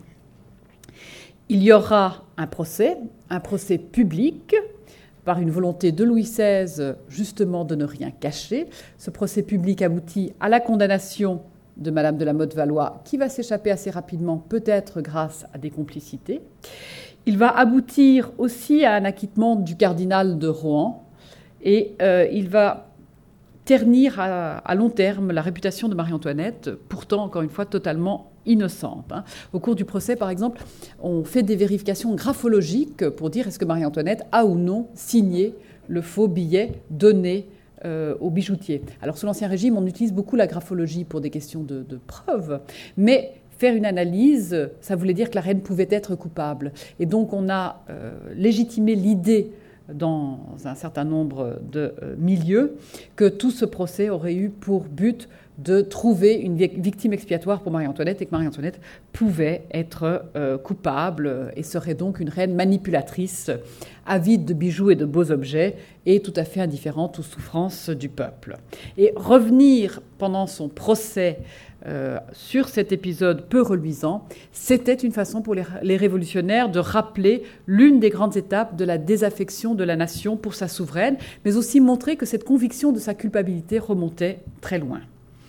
Il y aura un procès, un procès public, par une volonté de Louis seize, justement, de ne rien cacher. Ce procès public aboutit à la condamnation de Madame de la Motte Valois, qui va s'échapper assez rapidement, peut-être grâce à des complicités. Il va aboutir aussi à un acquittement du cardinal de Rohan et euh, il va ternir à, à long terme la réputation de Marie-Antoinette, pourtant, encore une fois, totalement innocente. Hein. Au cours du procès, par exemple, on fait des vérifications graphologiques pour dire est-ce que Marie-Antoinette a ou non signé le faux billet donné euh, au bijoutier. Alors, sous l'Ancien Régime, on utilise beaucoup la graphologie pour des questions de, de preuves, mais faire une analyse, ça voulait dire que la reine pouvait être coupable. Et donc, on a euh, légitimé l'idée dans un certain nombre de euh, milieux que tout ce procès aurait eu pour but de trouver une victime expiatoire pour Marie-Antoinette et que Marie-Antoinette pouvait être euh, coupable et serait donc une reine manipulatrice, avide de bijoux et de beaux objets et tout à fait indifférente aux souffrances du peuple. Et revenir pendant son procès Euh, sur cet épisode peu reluisant, c'était une façon pour les, les révolutionnaires de rappeler l'une des grandes étapes de la désaffection de la nation pour sa souveraine, mais aussi montrer que cette conviction de sa culpabilité remontait très loin.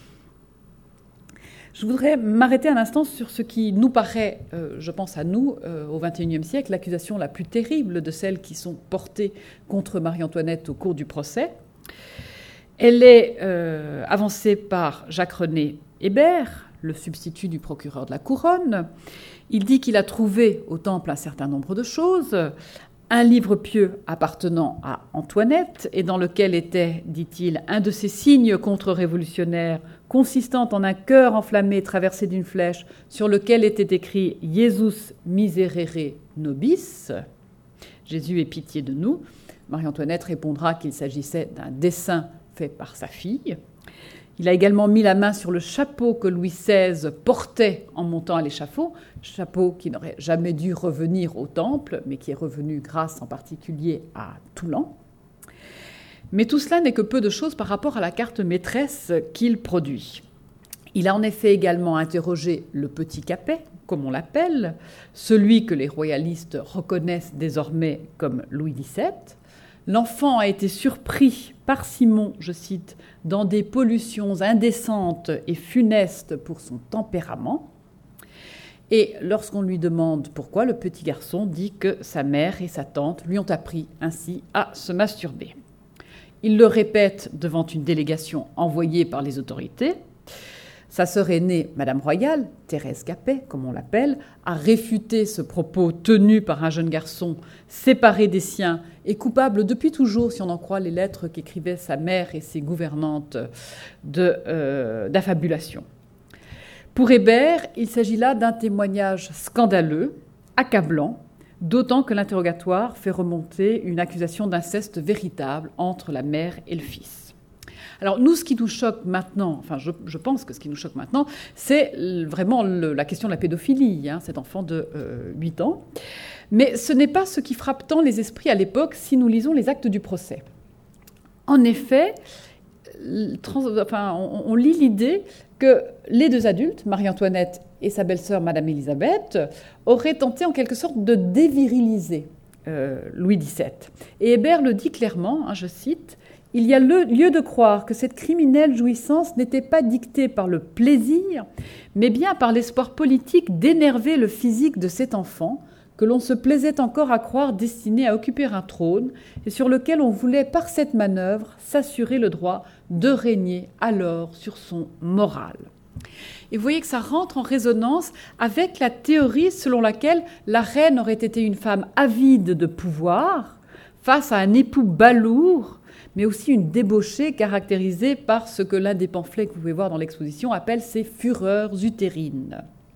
Je voudrais m'arrêter un instant sur ce qui nous paraît, euh, je pense à nous, euh, au vingt et unième siècle, l'accusation la plus terrible de celles qui sont portées contre Marie-Antoinette au cours du procès. Elle est euh, avancée par Jacques-René Hébert, le substitut du procureur de la Couronne. Il dit qu'il a trouvé au temple un certain nombre de choses, un livre pieux appartenant à Antoinette et dans lequel était, dit-il, un de ces signes contre-révolutionnaires consistant en un cœur enflammé traversé d'une flèche sur lequel était écrit « Jesus miserere nobis », Jésus ait pitié de nous. Marie-Antoinette répondra qu'il s'agissait d'un dessin fait par sa fille. Il a également mis la main sur le chapeau que Louis seize portait en montant à l'échafaud, chapeau qui n'aurait jamais dû revenir au temple, mais qui est revenu grâce en particulier à Toulan. Mais tout cela n'est que peu de choses par rapport à la carte maîtresse qu'il produit. Il a en effet également interrogé le petit Capet, comme on l'appelle, celui que les royalistes reconnaissent désormais comme Louis dix-sept. L'enfant a été surpris par Simon, je cite, « dans des pollutions indécentes et funestes pour son tempérament ». Et lorsqu'on lui demande pourquoi, le petit garçon dit que sa mère et sa tante lui ont appris ainsi à se masturber. Il le répète devant une délégation envoyée par les autorités. Sa sœur aînée, Madame Royale, Thérèse Capet, comme on l'appelle, a réfuté ce propos tenu par un jeune garçon séparé des siens et coupable depuis toujours, si on en croit les lettres qu'écrivaient sa mère et ses gouvernantes, de, euh, d'affabulation. Pour Hébert, il s'agit là d'un témoignage scandaleux, accablant, d'autant que l'interrogatoire fait remonter une accusation d'inceste véritable entre la mère et le fils. Alors nous, ce qui nous choque maintenant, enfin je, je pense que ce qui nous choque maintenant, c'est vraiment le, la question de la pédophilie, hein, cet enfant de euh, huit ans. Mais ce n'est pas ce qui frappe tant les esprits à l'époque si nous lisons les actes du procès. En effet, trans, enfin, on, on lit l'idée que les deux adultes, Marie-Antoinette et sa belle-sœur Madame Élisabeth, auraient tenté en quelque sorte de déviriliser euh, Louis dix-sept. Et Hébert le dit clairement, hein, je cite, « Il y a le, lieu de croire que cette criminelle jouissance n'était pas dictée par le plaisir, mais bien par l'espoir politique d'énerver le physique de cet enfant, que l'on se plaisait encore à croire destiné à occuper un trône, et sur lequel on voulait, par cette manœuvre, s'assurer le droit de régner alors sur son moral. » Et vous voyez que ça rentre en résonance avec la théorie selon laquelle la reine aurait été une femme avide de pouvoir, face à un époux balourd, mais aussi une débauchée caractérisée par ce que l'un des pamphlets que vous pouvez voir dans l'exposition appelle ses fureurs utérines.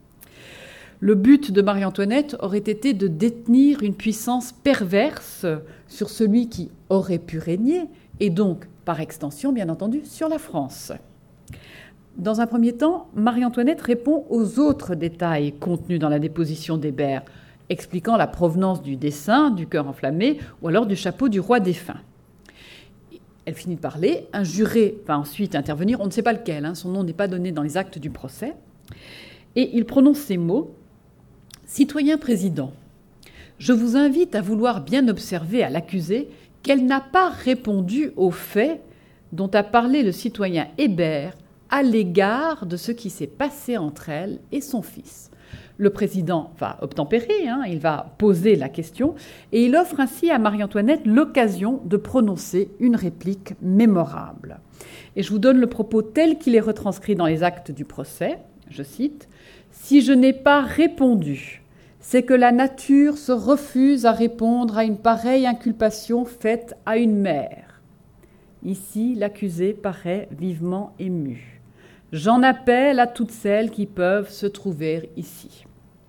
Le but de Marie-Antoinette aurait été de détenir une puissance perverse sur celui qui aurait pu régner, et donc, par extension, bien entendu, sur la France. Dans un premier temps, Marie-Antoinette répond aux autres détails contenus dans la déposition d'Hébert, expliquant la provenance du dessin, du cœur enflammé, ou alors du chapeau du roi défunt. Elle finit de parler, un juré va ensuite intervenir, on ne sait pas lequel, hein, son nom n'est pas donné dans les actes du procès, et il prononce ces mots « Citoyen président, je vous invite à vouloir bien observer à l'accusée qu'elle n'a pas répondu aux faits dont a parlé le citoyen Hébert à l'égard de ce qui s'est passé entre elle et son fils. » Le président va obtempérer, hein, il va poser la question, et il offre ainsi à Marie-Antoinette l'occasion de prononcer une réplique mémorable. Et je vous donne le propos tel qu'il est retranscrit dans les actes du procès, je cite, « Si je n'ai pas répondu, c'est que la nature se refuse à répondre à une pareille inculpation faite à une mère. » Ici, l'accusé paraît vivement ému. « J'en appelle à toutes celles qui peuvent se trouver ici. »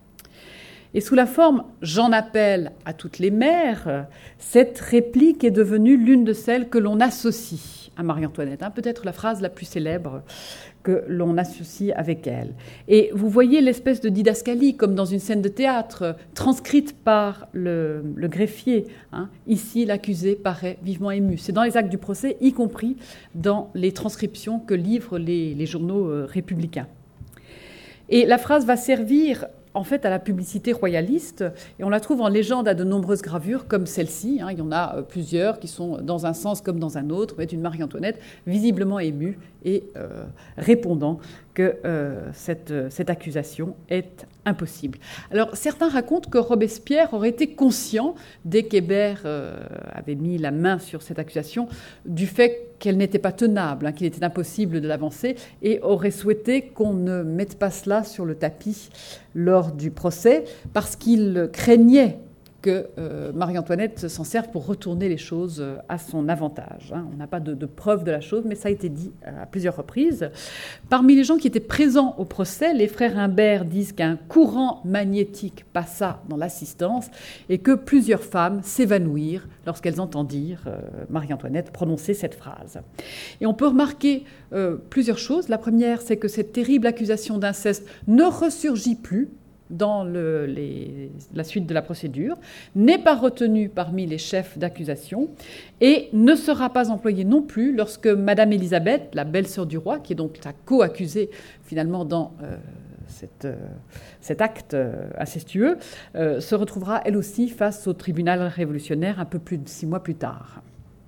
Et sous la forme « j'en appelle à toutes les mères », cette réplique est devenue l'une de celles que l'on associe à Marie-Antoinette, hein, peut-être la phrase la plus célèbre que l'on associe avec elle. Et vous voyez l'espèce de didascalie, comme dans une scène de théâtre, transcrite par le, le greffier. Hein. Ici, l'accusé paraît vivement ému. C'est dans les actes du procès, y compris dans les transcriptions que livrent les, les journaux euh, républicains. Et la phrase va servir en fait à la publicité royaliste, et on la trouve en légende à de nombreuses gravures comme celle-ci. Hein, il y en a plusieurs qui sont dans un sens comme dans un autre, mais une Marie-Antoinette visiblement émue et euh, répondant que euh, cette, cette accusation est impossible. Alors certains racontent que Robespierre aurait été conscient, dès qu'Hébert euh, avait mis la main sur cette accusation, du fait qu'elle n'était pas tenable, hein, qu'il était impossible de l'avancer, et aurait souhaité qu'on ne mette pas cela sur le tapis lors du procès, parce qu'il craignait que euh, Marie-Antoinette s'en serve pour retourner les choses à son avantage. Hein. On n'a pas de, de preuve de la chose, mais ça a été dit à plusieurs reprises. Parmi les gens qui étaient présents au procès, les frères Imbert disent qu'un courant magnétique passa dans l'assistance et que plusieurs femmes s'évanouirent lorsqu'elles entendirent euh, Marie-Antoinette prononcer cette phrase. Et on peut remarquer euh, plusieurs choses. La première, c'est que cette terrible accusation d'inceste ne ressurgit plus dans le, les, la suite de la procédure, n'est pas retenu parmi les chefs d'accusation et ne sera pas employé non plus lorsque Madame Élisabeth, la belle-sœur du roi, qui est donc la co-accusée finalement dans euh, cette, euh, cet acte euh, incestueux, euh, se retrouvera elle aussi face au tribunal révolutionnaire un peu plus de six mois plus tard.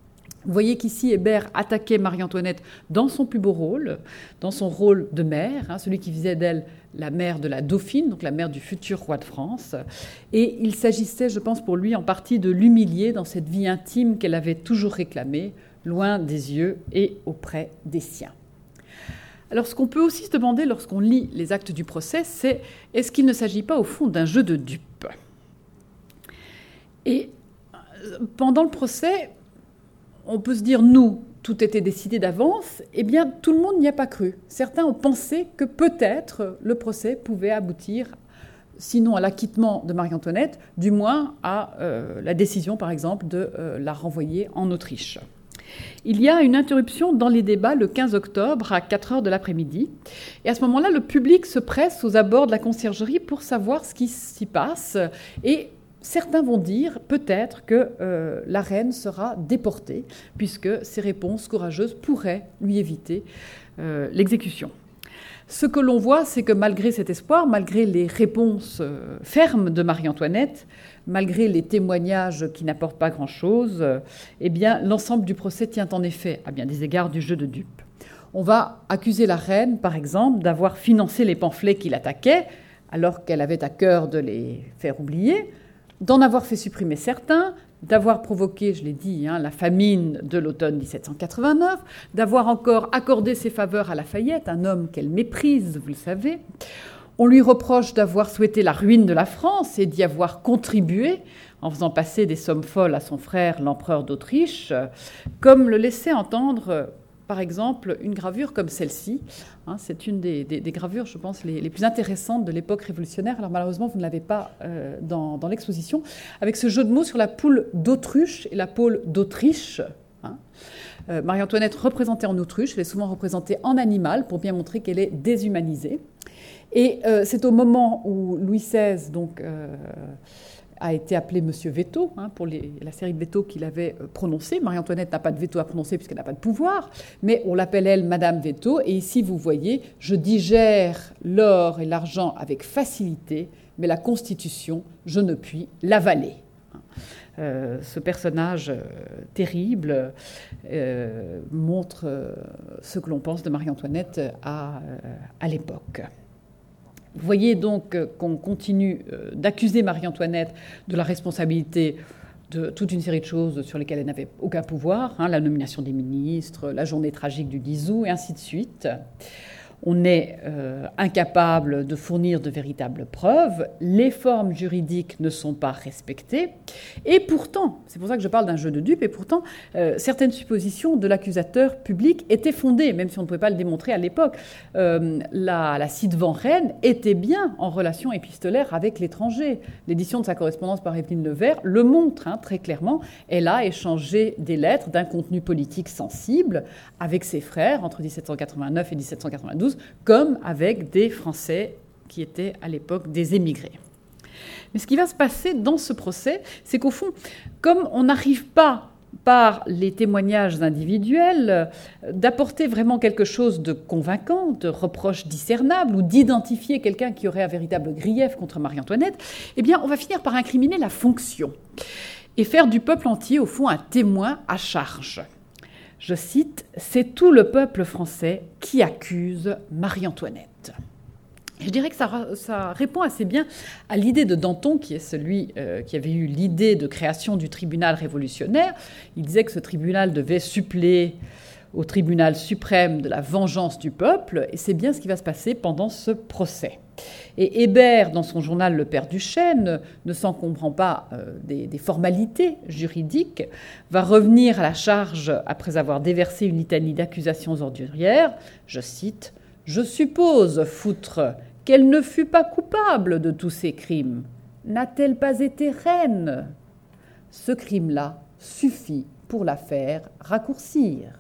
Vous voyez qu'ici, Hébert attaquait Marie-Antoinette dans son plus beau rôle, dans son rôle de mère, hein, celui qui faisait d'elle la mère de la Dauphine, donc la mère du futur roi de France. Et il s'agissait, je pense pour lui, en partie de l'humilier dans cette vie intime qu'elle avait toujours réclamée, loin des yeux et auprès des siens. Alors ce qu'on peut aussi se demander lorsqu'on lit les actes du procès, c'est est-ce qu'il ne s'agit pas au fond d'un jeu de dupes ? Et pendant le procès, on peut se dire, nous, tout était décidé d'avance, eh bien, tout le monde n'y a pas cru. Certains ont pensé que peut-être le procès pouvait aboutir, sinon à l'acquittement de Marie-Antoinette, du moins à euh, la décision, par exemple, de euh, la renvoyer en Autriche. Il y a une interruption dans les débats le quinze octobre à quatre heures de l'après-midi. Et à ce moment-là, le public se presse aux abords de la conciergerie pour savoir ce qui s'y passe. Et certains vont dire peut-être que euh, la reine sera déportée, puisque ces réponses courageuses pourraient lui éviter euh, l'exécution. Ce que l'on voit, c'est que malgré cet espoir, malgré les réponses euh, fermes de Marie-Antoinette, malgré les témoignages qui n'apportent pas grand-chose, euh, eh bien, l'ensemble du procès tient en effet, à bien des égards, du jeu de dupes. On va accuser la reine, par exemple, d'avoir financé les pamphlets qui l'attaquaient, alors qu'elle avait à cœur de les faire oublier, d'en avoir fait supprimer certains, d'avoir provoqué, je l'ai dit, hein, la famine de l'automne dix-sept cent quatre-vingt-neuf, d'avoir encore accordé ses faveurs à Lafayette, un homme qu'elle méprise, vous le savez. On lui reproche d'avoir souhaité la ruine de la France et d'y avoir contribué en faisant passer des sommes folles à son frère, l'empereur d'Autriche, comme le laissait entendre, par exemple, une gravure comme celle-ci. Hein, c'est une des, des, des gravures, je pense, les, les plus intéressantes de l'époque révolutionnaire. Alors malheureusement, vous ne l'avez pas euh, dans, dans l'exposition, avec ce jeu de mots sur la poule d'Autruche et la poule d'Autriche. Hein. Euh, Marie-Antoinette représentée en autruche, elle est souvent représentée en animal pour bien montrer qu'elle est déshumanisée. Et euh, c'est au moment où Louis seize donc, euh, a été appelé Monsieur Veto, hein, pour les, la série de veto qu'il avait prononcée. Marie-Antoinette n'a pas de veto à prononcer puisqu'elle n'a pas de pouvoir, mais on l'appelle, elle, Madame Veto. Et ici, vous voyez, je digère l'or et l'argent avec facilité, mais la Constitution, je ne puis l'avaler. Euh, ce personnage euh, terrible euh, montre euh, ce que l'on pense de Marie-Antoinette à, euh, à l'époque. Vous voyez donc qu'on continue d'accuser Marie-Antoinette de la responsabilité de toute une série de choses sur lesquelles elle n'avait aucun pouvoir, hein, la nomination des ministres, la journée tragique du dix août, et ainsi de suite. On est euh, incapable de fournir de véritables preuves, les formes juridiques ne sont pas respectées, et pourtant, c'est pour ça que je parle d'un jeu de dupes, et pourtant, euh, certaines suppositions de l'accusateur public étaient fondées, même si on ne pouvait pas le démontrer à l'époque. Euh, la, la ci-devant reine était bien en relation épistolaire avec l'étranger. L'édition de sa correspondance par Évelyne Levert le montre hein, très clairement. Elle a échangé des lettres d'un contenu politique sensible avec ses frères entre dix-sept cent quatre-vingt-neuf et dix-sept cent quatre-vingt-douze, comme avec des Français qui étaient à l'époque des émigrés. Mais ce qui va se passer dans ce procès, c'est qu'au fond, comme on n'arrive pas par les témoignages individuels d'apporter vraiment quelque chose de convaincant, de reproche discernable ou d'identifier quelqu'un qui aurait un véritable grief contre Marie-Antoinette, eh bien, on va finir par incriminer la fonction et faire du peuple entier, au fond, un témoin à charge. Je cite, « C'est tout le peuple français qui accuse Marie-Antoinette ». Je dirais que ça, ça répond assez bien à l'idée de Danton, qui est celui euh, qui avait eu l'idée de création du tribunal révolutionnaire. Il disait que ce tribunal devait suppléer au tribunal suprême de la vengeance du peuple, et c'est bien ce qui va se passer pendant ce procès. Et Hébert, dans son journal Le Père Duchesne, ne s'encombrant pas euh, des, des formalités juridiques, va revenir à la charge après avoir déversé une litanie d'accusations ordurières. Je cite, « Je suppose, foutre, qu'elle ne fut pas coupable de tous ces crimes. N'a-t-elle pas été reine ? Ce crime-là suffit pour la faire raccourcir.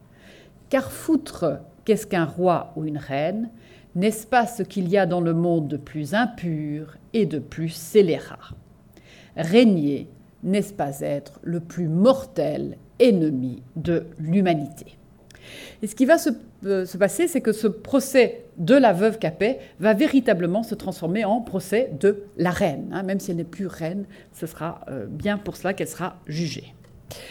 Car foutre, qu'est-ce qu'un roi ou une reine ? N'est-ce pas ce qu'il y a dans le monde de plus impur et de plus scélérat ? Régner, n'est-ce pas être le plus mortel ennemi de l'humanité ? Et ce qui va se, euh, se passer, c'est que ce procès de la veuve Capet va véritablement se transformer en procès de la reine. Hein, même si elle n'est plus reine, ce sera euh, bien pour cela qu'elle sera jugée.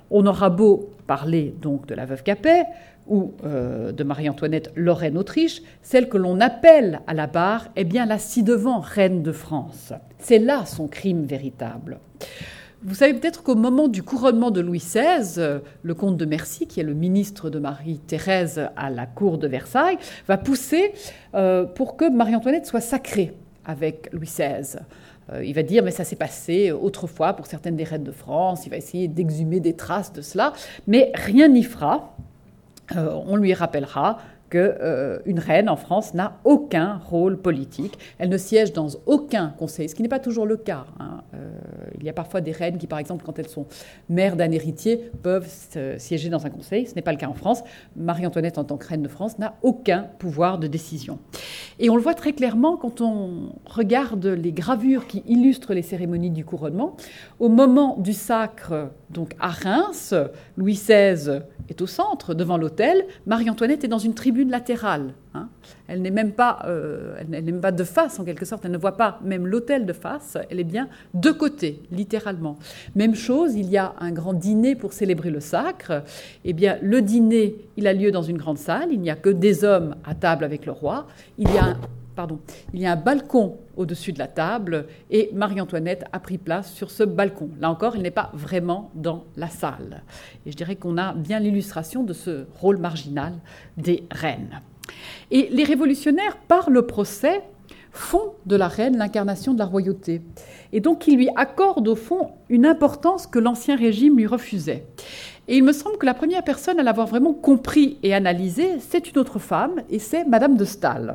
On aura beau parler donc de la veuve Capet ou euh, de Marie-Antoinette Lorraine Autriche, celle que l'on appelle à la barre est bien la ci-devant reine de France. C'est là son crime véritable. Vous savez peut-être qu'au moment du couronnement de Louis seize, le comte de Mercy, qui est le ministre de Marie-Thérèse à la cour de Versailles, va pousser euh, pour que Marie-Antoinette soit sacrée avec Louis seize. Euh, il va dire, mais ça s'est passé autrefois pour certaines des reines de France, il va essayer d'exhumer des traces de cela, mais rien n'y fera. Euh, on lui rappellera qu'une euh, reine en France n'a aucun rôle politique. Elle ne siège dans aucun conseil, ce qui n'est pas toujours le cas. Hein. Euh, il y a parfois des reines qui, par exemple, quand elles sont mères d'un héritier, peuvent siéger dans un conseil. Ce n'est pas le cas en France. Marie-Antoinette, en tant que reine de France, n'a aucun pouvoir de décision. Et on le voit très clairement quand on regarde les gravures qui illustrent les cérémonies du couronnement. Au moment du sacre, donc à Reims, Louis seize est au centre, devant l'autel. Marie-Antoinette est dans une tribune latérale. Hein. Elle n'est même pas, euh, elle n'est même pas de face, en quelque sorte. Elle ne voit pas même l'autel de face. Elle est bien de côté, littéralement. Même chose, il y a un grand dîner pour célébrer le sacre. Eh bien, le dîner, il a lieu dans une grande salle. Il n'y a que des hommes à table avec le roi. Il y a un Pardon, il y a un balcon au-dessus de la table et Marie-Antoinette a pris place sur ce balcon. Là encore, elle n'est pas vraiment dans la salle. Et je dirais qu'on a bien l'illustration de ce rôle marginal des reines. Et les révolutionnaires, par le procès, font de la reine l'incarnation de la royauté. Et donc, ils lui accordent au fond une importance que l'Ancien Régime lui refusait. Et il me semble que la première personne à l'avoir vraiment compris et analysé, c'est une autre femme, et c'est Madame de Staël.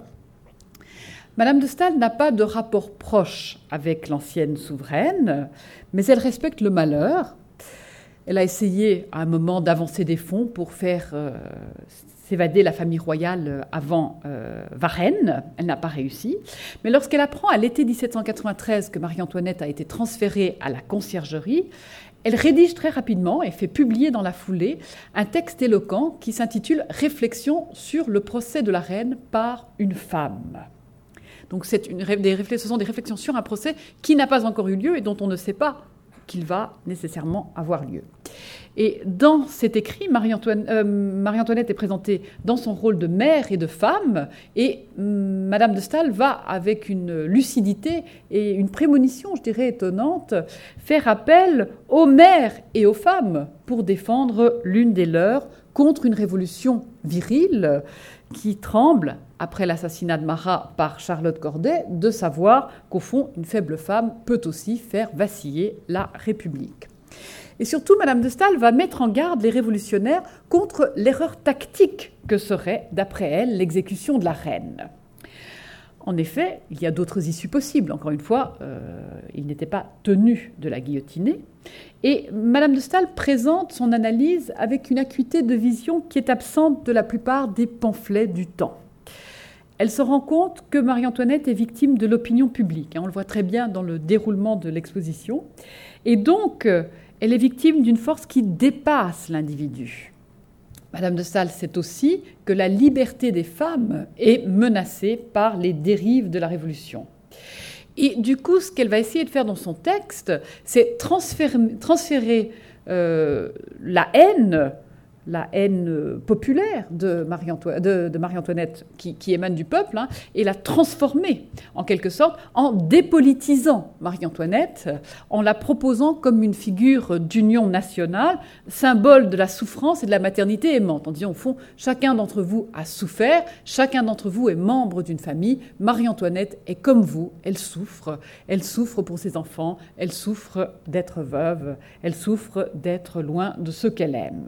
Madame de Staël n'a pas de rapport proche avec l'ancienne souveraine, mais elle respecte le malheur. Elle a essayé à un moment d'avancer des fonds pour faire euh, s'évader la famille royale avant euh, Varennes. Elle n'a pas réussi. Mais lorsqu'elle apprend à l'été dix-sept cent quatre-vingt-treize que Marie-Antoinette a été transférée à la conciergerie, elle rédige très rapidement et fait publier dans la foulée un texte éloquent qui s'intitule « Réflexions sur le procès de la reine par une femme ». Donc c'est une, des, ce sont des réflexions sur un procès qui n'a pas encore eu lieu et dont on ne sait pas qu'il va nécessairement avoir lieu. Et dans cet écrit, Marie-Antoinette, euh, Marie-Antoinette est présentée dans son rôle de mère et de femme, et hum, Madame de Staël va, avec une lucidité et une prémonition, je dirais, étonnante, faire appel aux mères et aux femmes pour défendre l'une des leurs contre une révolution virile qui tremble, après l'assassinat de Marat par Charlotte Corday, de savoir qu'au fond, une faible femme peut aussi faire vaciller la République. Et surtout, Madame de Staël va mettre en garde les révolutionnaires contre l'erreur tactique que serait, d'après elle, l'exécution de la reine. En effet, il y a d'autres issues possibles. Encore une fois, euh, il n'était pas tenu de la guillotiner. Et Madame de Staël présente son analyse avec une acuité de vision qui est absente de la plupart des pamphlets du temps. Elle se rend compte que Marie-Antoinette est victime de l'opinion publique. On le voit très bien dans le déroulement de l'exposition. Et donc, elle est victime d'une force qui dépasse l'individu. Madame de Staël sait aussi que la liberté des femmes est menacée par les dérives de la Révolution. Et du coup, ce qu'elle va essayer de faire dans son texte, c'est transférer, transférer euh, la haine, la haine populaire de Marie-Antoinette, de, de Marie-Antoinette qui, qui émane du peuple, hein, et la transformer, en quelque sorte, en dépolitisant Marie-Antoinette, en la proposant comme une figure d'union nationale, symbole de la souffrance et de la maternité aimante, en disant, au fond, chacun d'entre vous a souffert, chacun d'entre vous est membre d'une famille, Marie-Antoinette est comme vous, elle souffre, elle souffre pour ses enfants, elle souffre d'être veuve, elle souffre d'être loin de ceux qu'elle aime.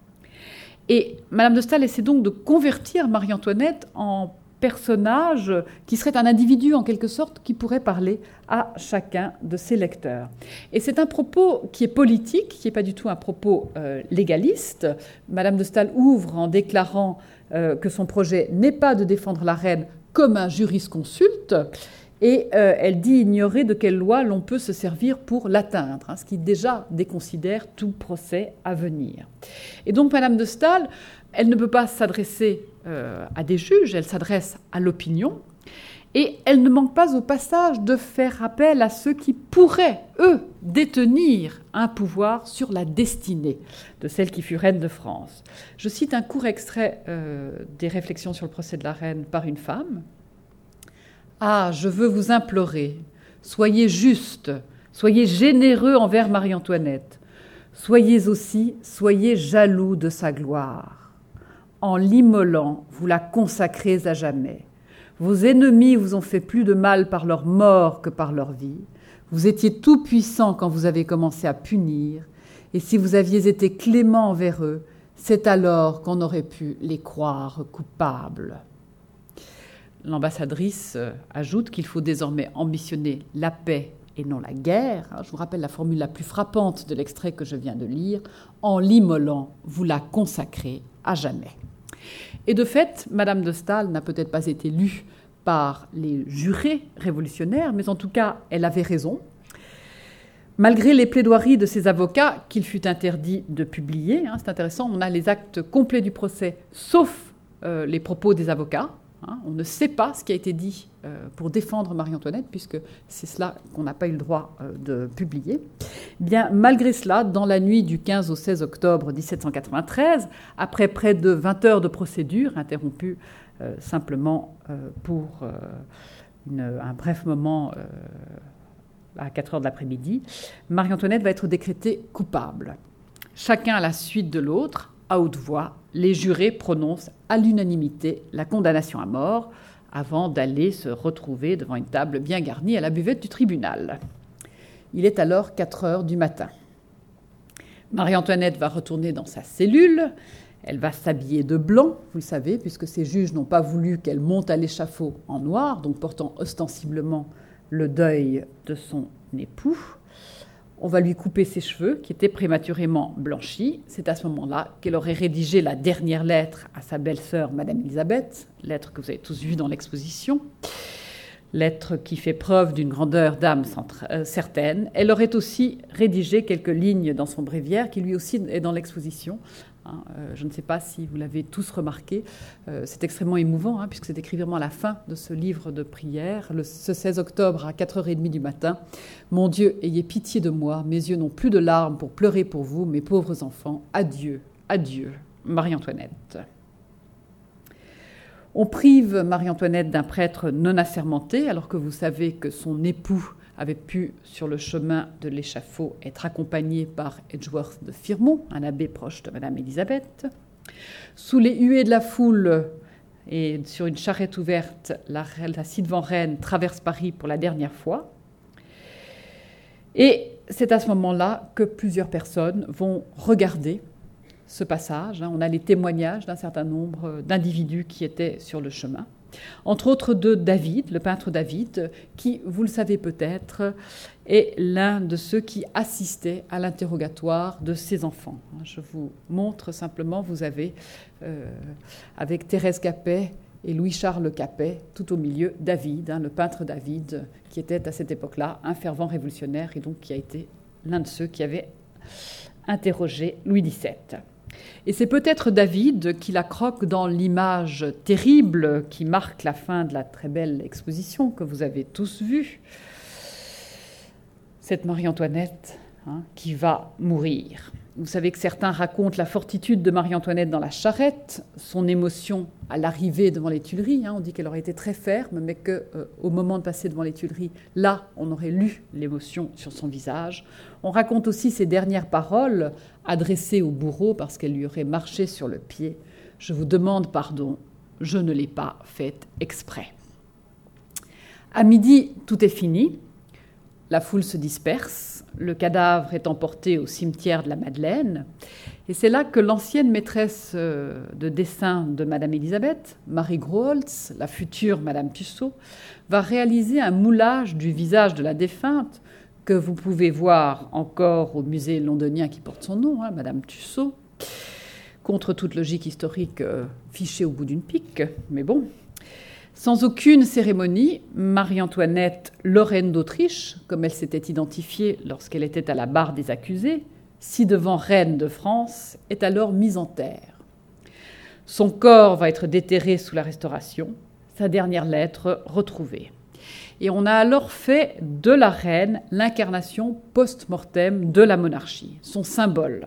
Et Madame de Staël essaie donc de convertir Marie-Antoinette en personnage qui serait un individu en quelque sorte qui pourrait parler à chacun de ses lecteurs. Et c'est un propos qui est politique, qui n'est pas du tout un propos euh, légaliste. Madame de Staël ouvre en déclarant euh, que son projet n'est pas de défendre la reine comme un jurisconsulte, et euh, elle dit ignorer de quelle loi l'on peut se servir pour l'atteindre, hein, ce qui déjà déconsidère tout procès à venir. Et donc Madame de Staël, elle ne peut pas s'adresser euh, à des juges, elle s'adresse à l'opinion, et elle ne manque pas au passage de faire appel à ceux qui pourraient, eux, détenir un pouvoir sur la destinée de celle qui fut reine de France. Je cite un court extrait euh, des réflexions sur le procès de la reine par une femme. « Ah, je veux vous implorer, soyez juste, soyez généreux envers Marie-Antoinette, soyez aussi, soyez jaloux de sa gloire. En l'immolant, vous la consacrez à jamais. Vos ennemis vous ont fait plus de mal par leur mort que par leur vie. Vous étiez tout puissant quand vous avez commencé à punir, et si vous aviez été clément envers eux, c'est alors qu'on aurait pu les croire coupables. » L'ambassadrice ajoute qu'il faut désormais ambitionner la paix et non la guerre. Je vous rappelle la formule la plus frappante de l'extrait que je viens de lire. « En l'immolant, vous la consacrez à jamais. » Et de fait, Madame de Staël n'a peut-être pas été lue par les jurés révolutionnaires, mais en tout cas, elle avait raison. Malgré les plaidoiries de ses avocats qu'il fut interdit de publier, hein, c'est intéressant, on a les actes complets du procès, sauf euh, les propos des avocats. Hein, on ne sait pas ce qui a été dit euh, pour défendre Marie-Antoinette, puisque c'est cela qu'on n'a pas eu le droit euh, de publier. Bien, malgré cela, dans la nuit du quinze au seize octobre dix-sept cent quatre-vingt-treize, après près de vingt heures de procédure, interrompue euh, simplement euh, pour euh, une, un bref moment euh, à quatre heures de l'après-midi, Marie-Antoinette va être décrétée coupable. Chacun à la suite de l'autre, à haute voix, les jurés prononcent à l'unanimité la condamnation à mort avant d'aller se retrouver devant une table bien garnie à la buvette du tribunal. Il est alors quatre heures du matin. Marie-Antoinette va retourner dans sa cellule. Elle va s'habiller de blanc, vous le savez, puisque ses juges n'ont pas voulu qu'elle monte à l'échafaud en noir, donc portant ostensiblement le deuil de son époux. On va lui couper ses cheveux, qui étaient prématurément blanchis. C'est à ce moment-là qu'elle aurait rédigé la dernière lettre à sa belle-sœur, Madame Élisabeth, lettre que vous avez tous vue dans l'exposition, lettre qui fait preuve d'une grandeur d'âme euh, certaine. Elle aurait aussi rédigé quelques lignes dans son bréviaire, qui lui aussi est dans l'exposition. Hein, euh, je ne sais pas si vous l'avez tous remarqué, euh, c'est extrêmement émouvant, hein, puisque c'est écrit vraiment à la fin de ce livre de prière, le, ce seize octobre à quatre heures trente du matin. « Mon Dieu, ayez pitié de moi, mes yeux n'ont plus de larmes pour pleurer pour vous, mes pauvres enfants. Adieu, adieu, Marie-Antoinette. » On prive Marie-Antoinette d'un prêtre non assermenté, alors que vous savez que son époux avait pu, sur le chemin de l'échafaud, être accompagné par Edgeworth de Firmont, un abbé proche de Madame Élisabeth. Sous les huées de la foule et sur une charrette ouverte, la, la ci-devant reine traverse Paris pour la dernière fois. Et c'est à ce moment-là que plusieurs personnes vont regarder ce passage. On a les témoignages d'un certain nombre d'individus qui étaient sur le chemin. Entre autres de David, le peintre David, qui, vous le savez peut-être, est l'un de ceux qui assistaient à l'interrogatoire de ses enfants. Je vous montre simplement, vous avez, euh, avec Thérèse Capet et Louis-Charles Capet, tout au milieu, David, hein, le peintre David, qui était à cette époque-là un fervent révolutionnaire et donc qui a été l'un de ceux qui avait interrogé Louis dix-sept. Et c'est peut-être David qui la croque dans l'image terrible qui marque la fin de la très belle exposition que vous avez tous vue. Cette Marie-Antoinette hein, qui va mourir. Vous savez que certains racontent la fortitude de Marie-Antoinette dans la charrette, son émotion à l'arrivée devant les Tuileries. Hein, on dit qu'elle aurait été très ferme, mais qu'au euh, moment de passer devant les Tuileries, là, on aurait lu l'émotion sur son visage. On raconte aussi ses dernières paroles adressées au bourreau parce qu'elle lui aurait marché sur le pied. « Je vous demande pardon, je ne l'ai pas fait exprès. » À midi, tout est fini. La foule se disperse, le cadavre est emporté au cimetière de la Madeleine. Et c'est là que l'ancienne maîtresse de dessin de Madame Élisabeth, Marie Groholtz, la future Madame Tussaud, va réaliser un moulage du visage de la défunte que vous pouvez voir encore au musée londonien qui porte son nom, hein, Madame Tussaud, contre toute logique historique euh, fichée au bout d'une pique, mais bon. Sans aucune cérémonie, Marie-Antoinette, Lorraine d'Autriche, comme elle s'était identifiée lorsqu'elle était à la barre des accusés, ci-devant reine de France, est alors mise en terre. Son corps va être déterré sous la Restauration, sa dernière lettre retrouvée. Et on a alors fait de la reine l'incarnation post-mortem de la monarchie, son symbole.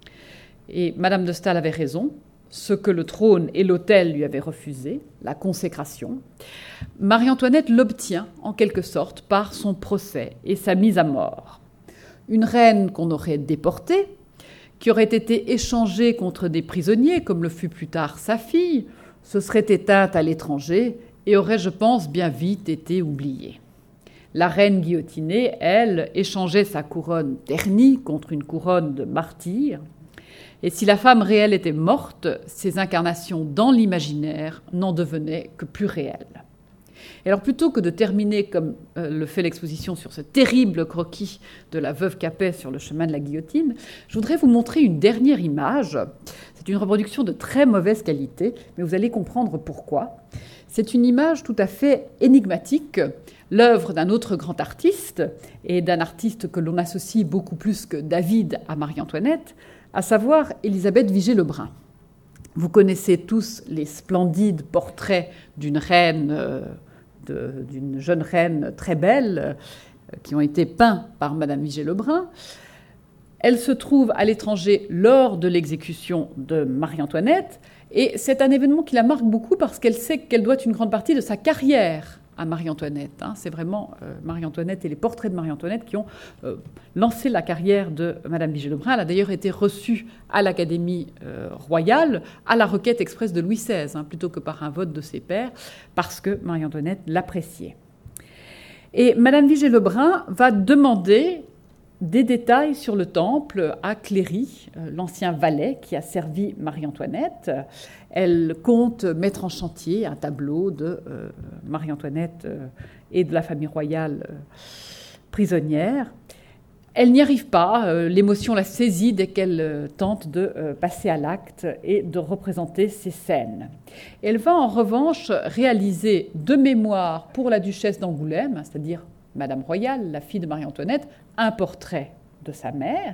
Et Madame de Staël avait raison, ce que le trône et l'autel lui avaient refusé, la consécration, Marie-Antoinette l'obtient en quelque sorte par son procès et sa mise à mort. Une reine qu'on aurait déportée, qui aurait été échangée contre des prisonniers, comme le fut plus tard sa fille, se serait éteinte à l'étranger et aurait, je pense, bien vite été oubliée. La reine guillotinée, elle, échangeait sa couronne ternie contre une couronne de martyr. Et si la femme réelle était morte, ses incarnations dans l'imaginaire n'en devenaient que plus réelles. Et alors, plutôt que de terminer, comme euh, le fait l'exposition, sur ce terrible croquis de la veuve Capet sur le chemin de la guillotine, je voudrais vous montrer une dernière image. C'est une reproduction de très mauvaise qualité, mais vous allez comprendre pourquoi. C'est une image tout à fait énigmatique, l'œuvre d'un autre grand artiste, et d'un artiste que l'on associe beaucoup plus que David à Marie-Antoinette, à savoir Élisabeth Vigée-Lebrun. Vous connaissez tous les splendides portraits d'une reine, euh, de, d'une jeune reine très belle, euh, qui ont été peints par Madame Vigée-Lebrun. Elle se trouve à l'étranger lors de l'exécution de Marie-Antoinette, et c'est un événement qui la marque beaucoup parce qu'elle sait qu'elle doit une grande partie de sa carrière à Marie-Antoinette. Hein. C'est vraiment euh, Marie-Antoinette et les portraits de Marie-Antoinette qui ont euh, lancé la carrière de Madame Vigée-Lebrun. Elle a d'ailleurs été reçue à l'Académie euh, royale à la requête expresse de Louis seize, hein, plutôt que par un vote de ses pairs, parce que Marie-Antoinette l'appréciait. Et Madame Vigée-Lebrun va demander des détails sur le temple à Cléry, l'ancien valet qui a servi Marie-Antoinette. Elle compte mettre en chantier un tableau de euh, Marie-Antoinette euh, et de la famille royale euh, prisonnière. Elle n'y arrive pas, euh, l'émotion la saisit dès qu'elle euh, tente de euh, passer à l'acte et de représenter ces scènes. Elle va en revanche réaliser de mémoire pour la duchesse d'Angoulême, c'est-à-dire Madame Royale, la fille de Marie-Antoinette, un portrait de sa mère.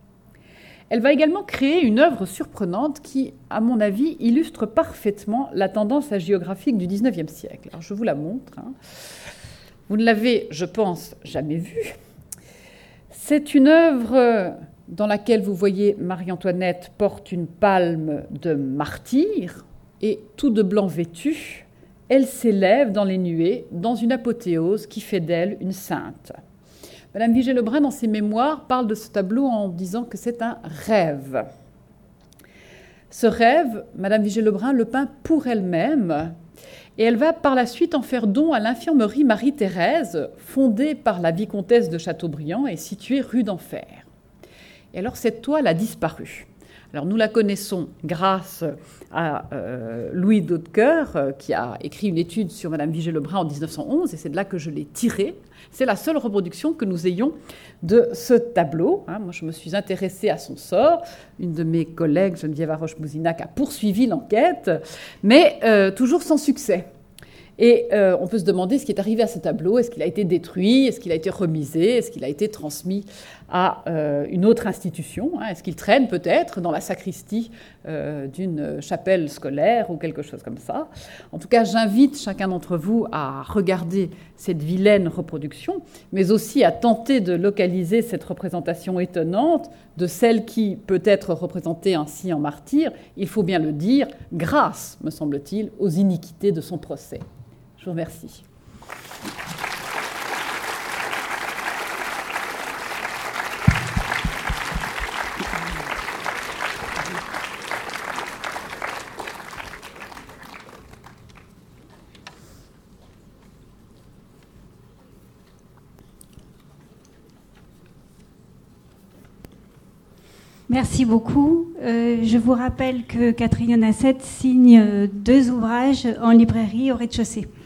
Elle va également créer une œuvre surprenante qui, à mon avis, illustre parfaitement la tendance hagiographique du dix-neuvième siècle. Alors, je vous la montre. Hein. Vous ne l'avez, je pense, jamais vue. C'est une œuvre dans laquelle vous voyez Marie-Antoinette porte une palme de martyr et tout de blanc vêtue. Elle s'élève dans les nuées, dans une apothéose qui fait d'elle une sainte. Madame Vigée-Lebrun, dans ses mémoires, parle de ce tableau en disant que c'est un rêve. Ce rêve, Madame Vigée-Lebrun le peint pour elle-même, et elle va par la suite en faire don à l'infirmerie Marie-Thérèse, fondée par la vicomtesse de Chateaubriand et située rue d'Enfer. Et alors cette toile a disparu. Alors nous la connaissons grâce à euh, Louis Daudecoeur, euh, qui a écrit une étude sur Madame Vigée-Lebrun en dix-neuf cent onze, et c'est de là que je l'ai tirée. C'est la seule reproduction que nous ayons de ce tableau. Hein, moi, je me suis intéressée à son sort. Une de mes collègues, Geneviève Aroche-Mousinac, a poursuivi l'enquête, mais euh, toujours sans succès. Et euh, on peut se demander ce qui est arrivé à ce tableau. Est-ce qu'il a été détruit? Est-ce qu'il a été remisé? Est-ce qu'il a été transmis à euh, une autre institution, hein? Est-ce qu'il traîne peut-être dans la sacristie euh, d'une chapelle scolaire ou quelque chose comme ça? En tout cas, j'invite chacun d'entre vous à regarder cette vilaine reproduction, mais aussi à tenter de localiser cette représentation étonnante de celle qui peut être représentée ainsi en martyr, il faut bien le dire, grâce, me semble-t-il, aux iniquités de son procès. Je vous remercie. Merci beaucoup. Euh, je vous rappelle que Catherine Yonassette signe deux ouvrages en librairie au rez-de-chaussée.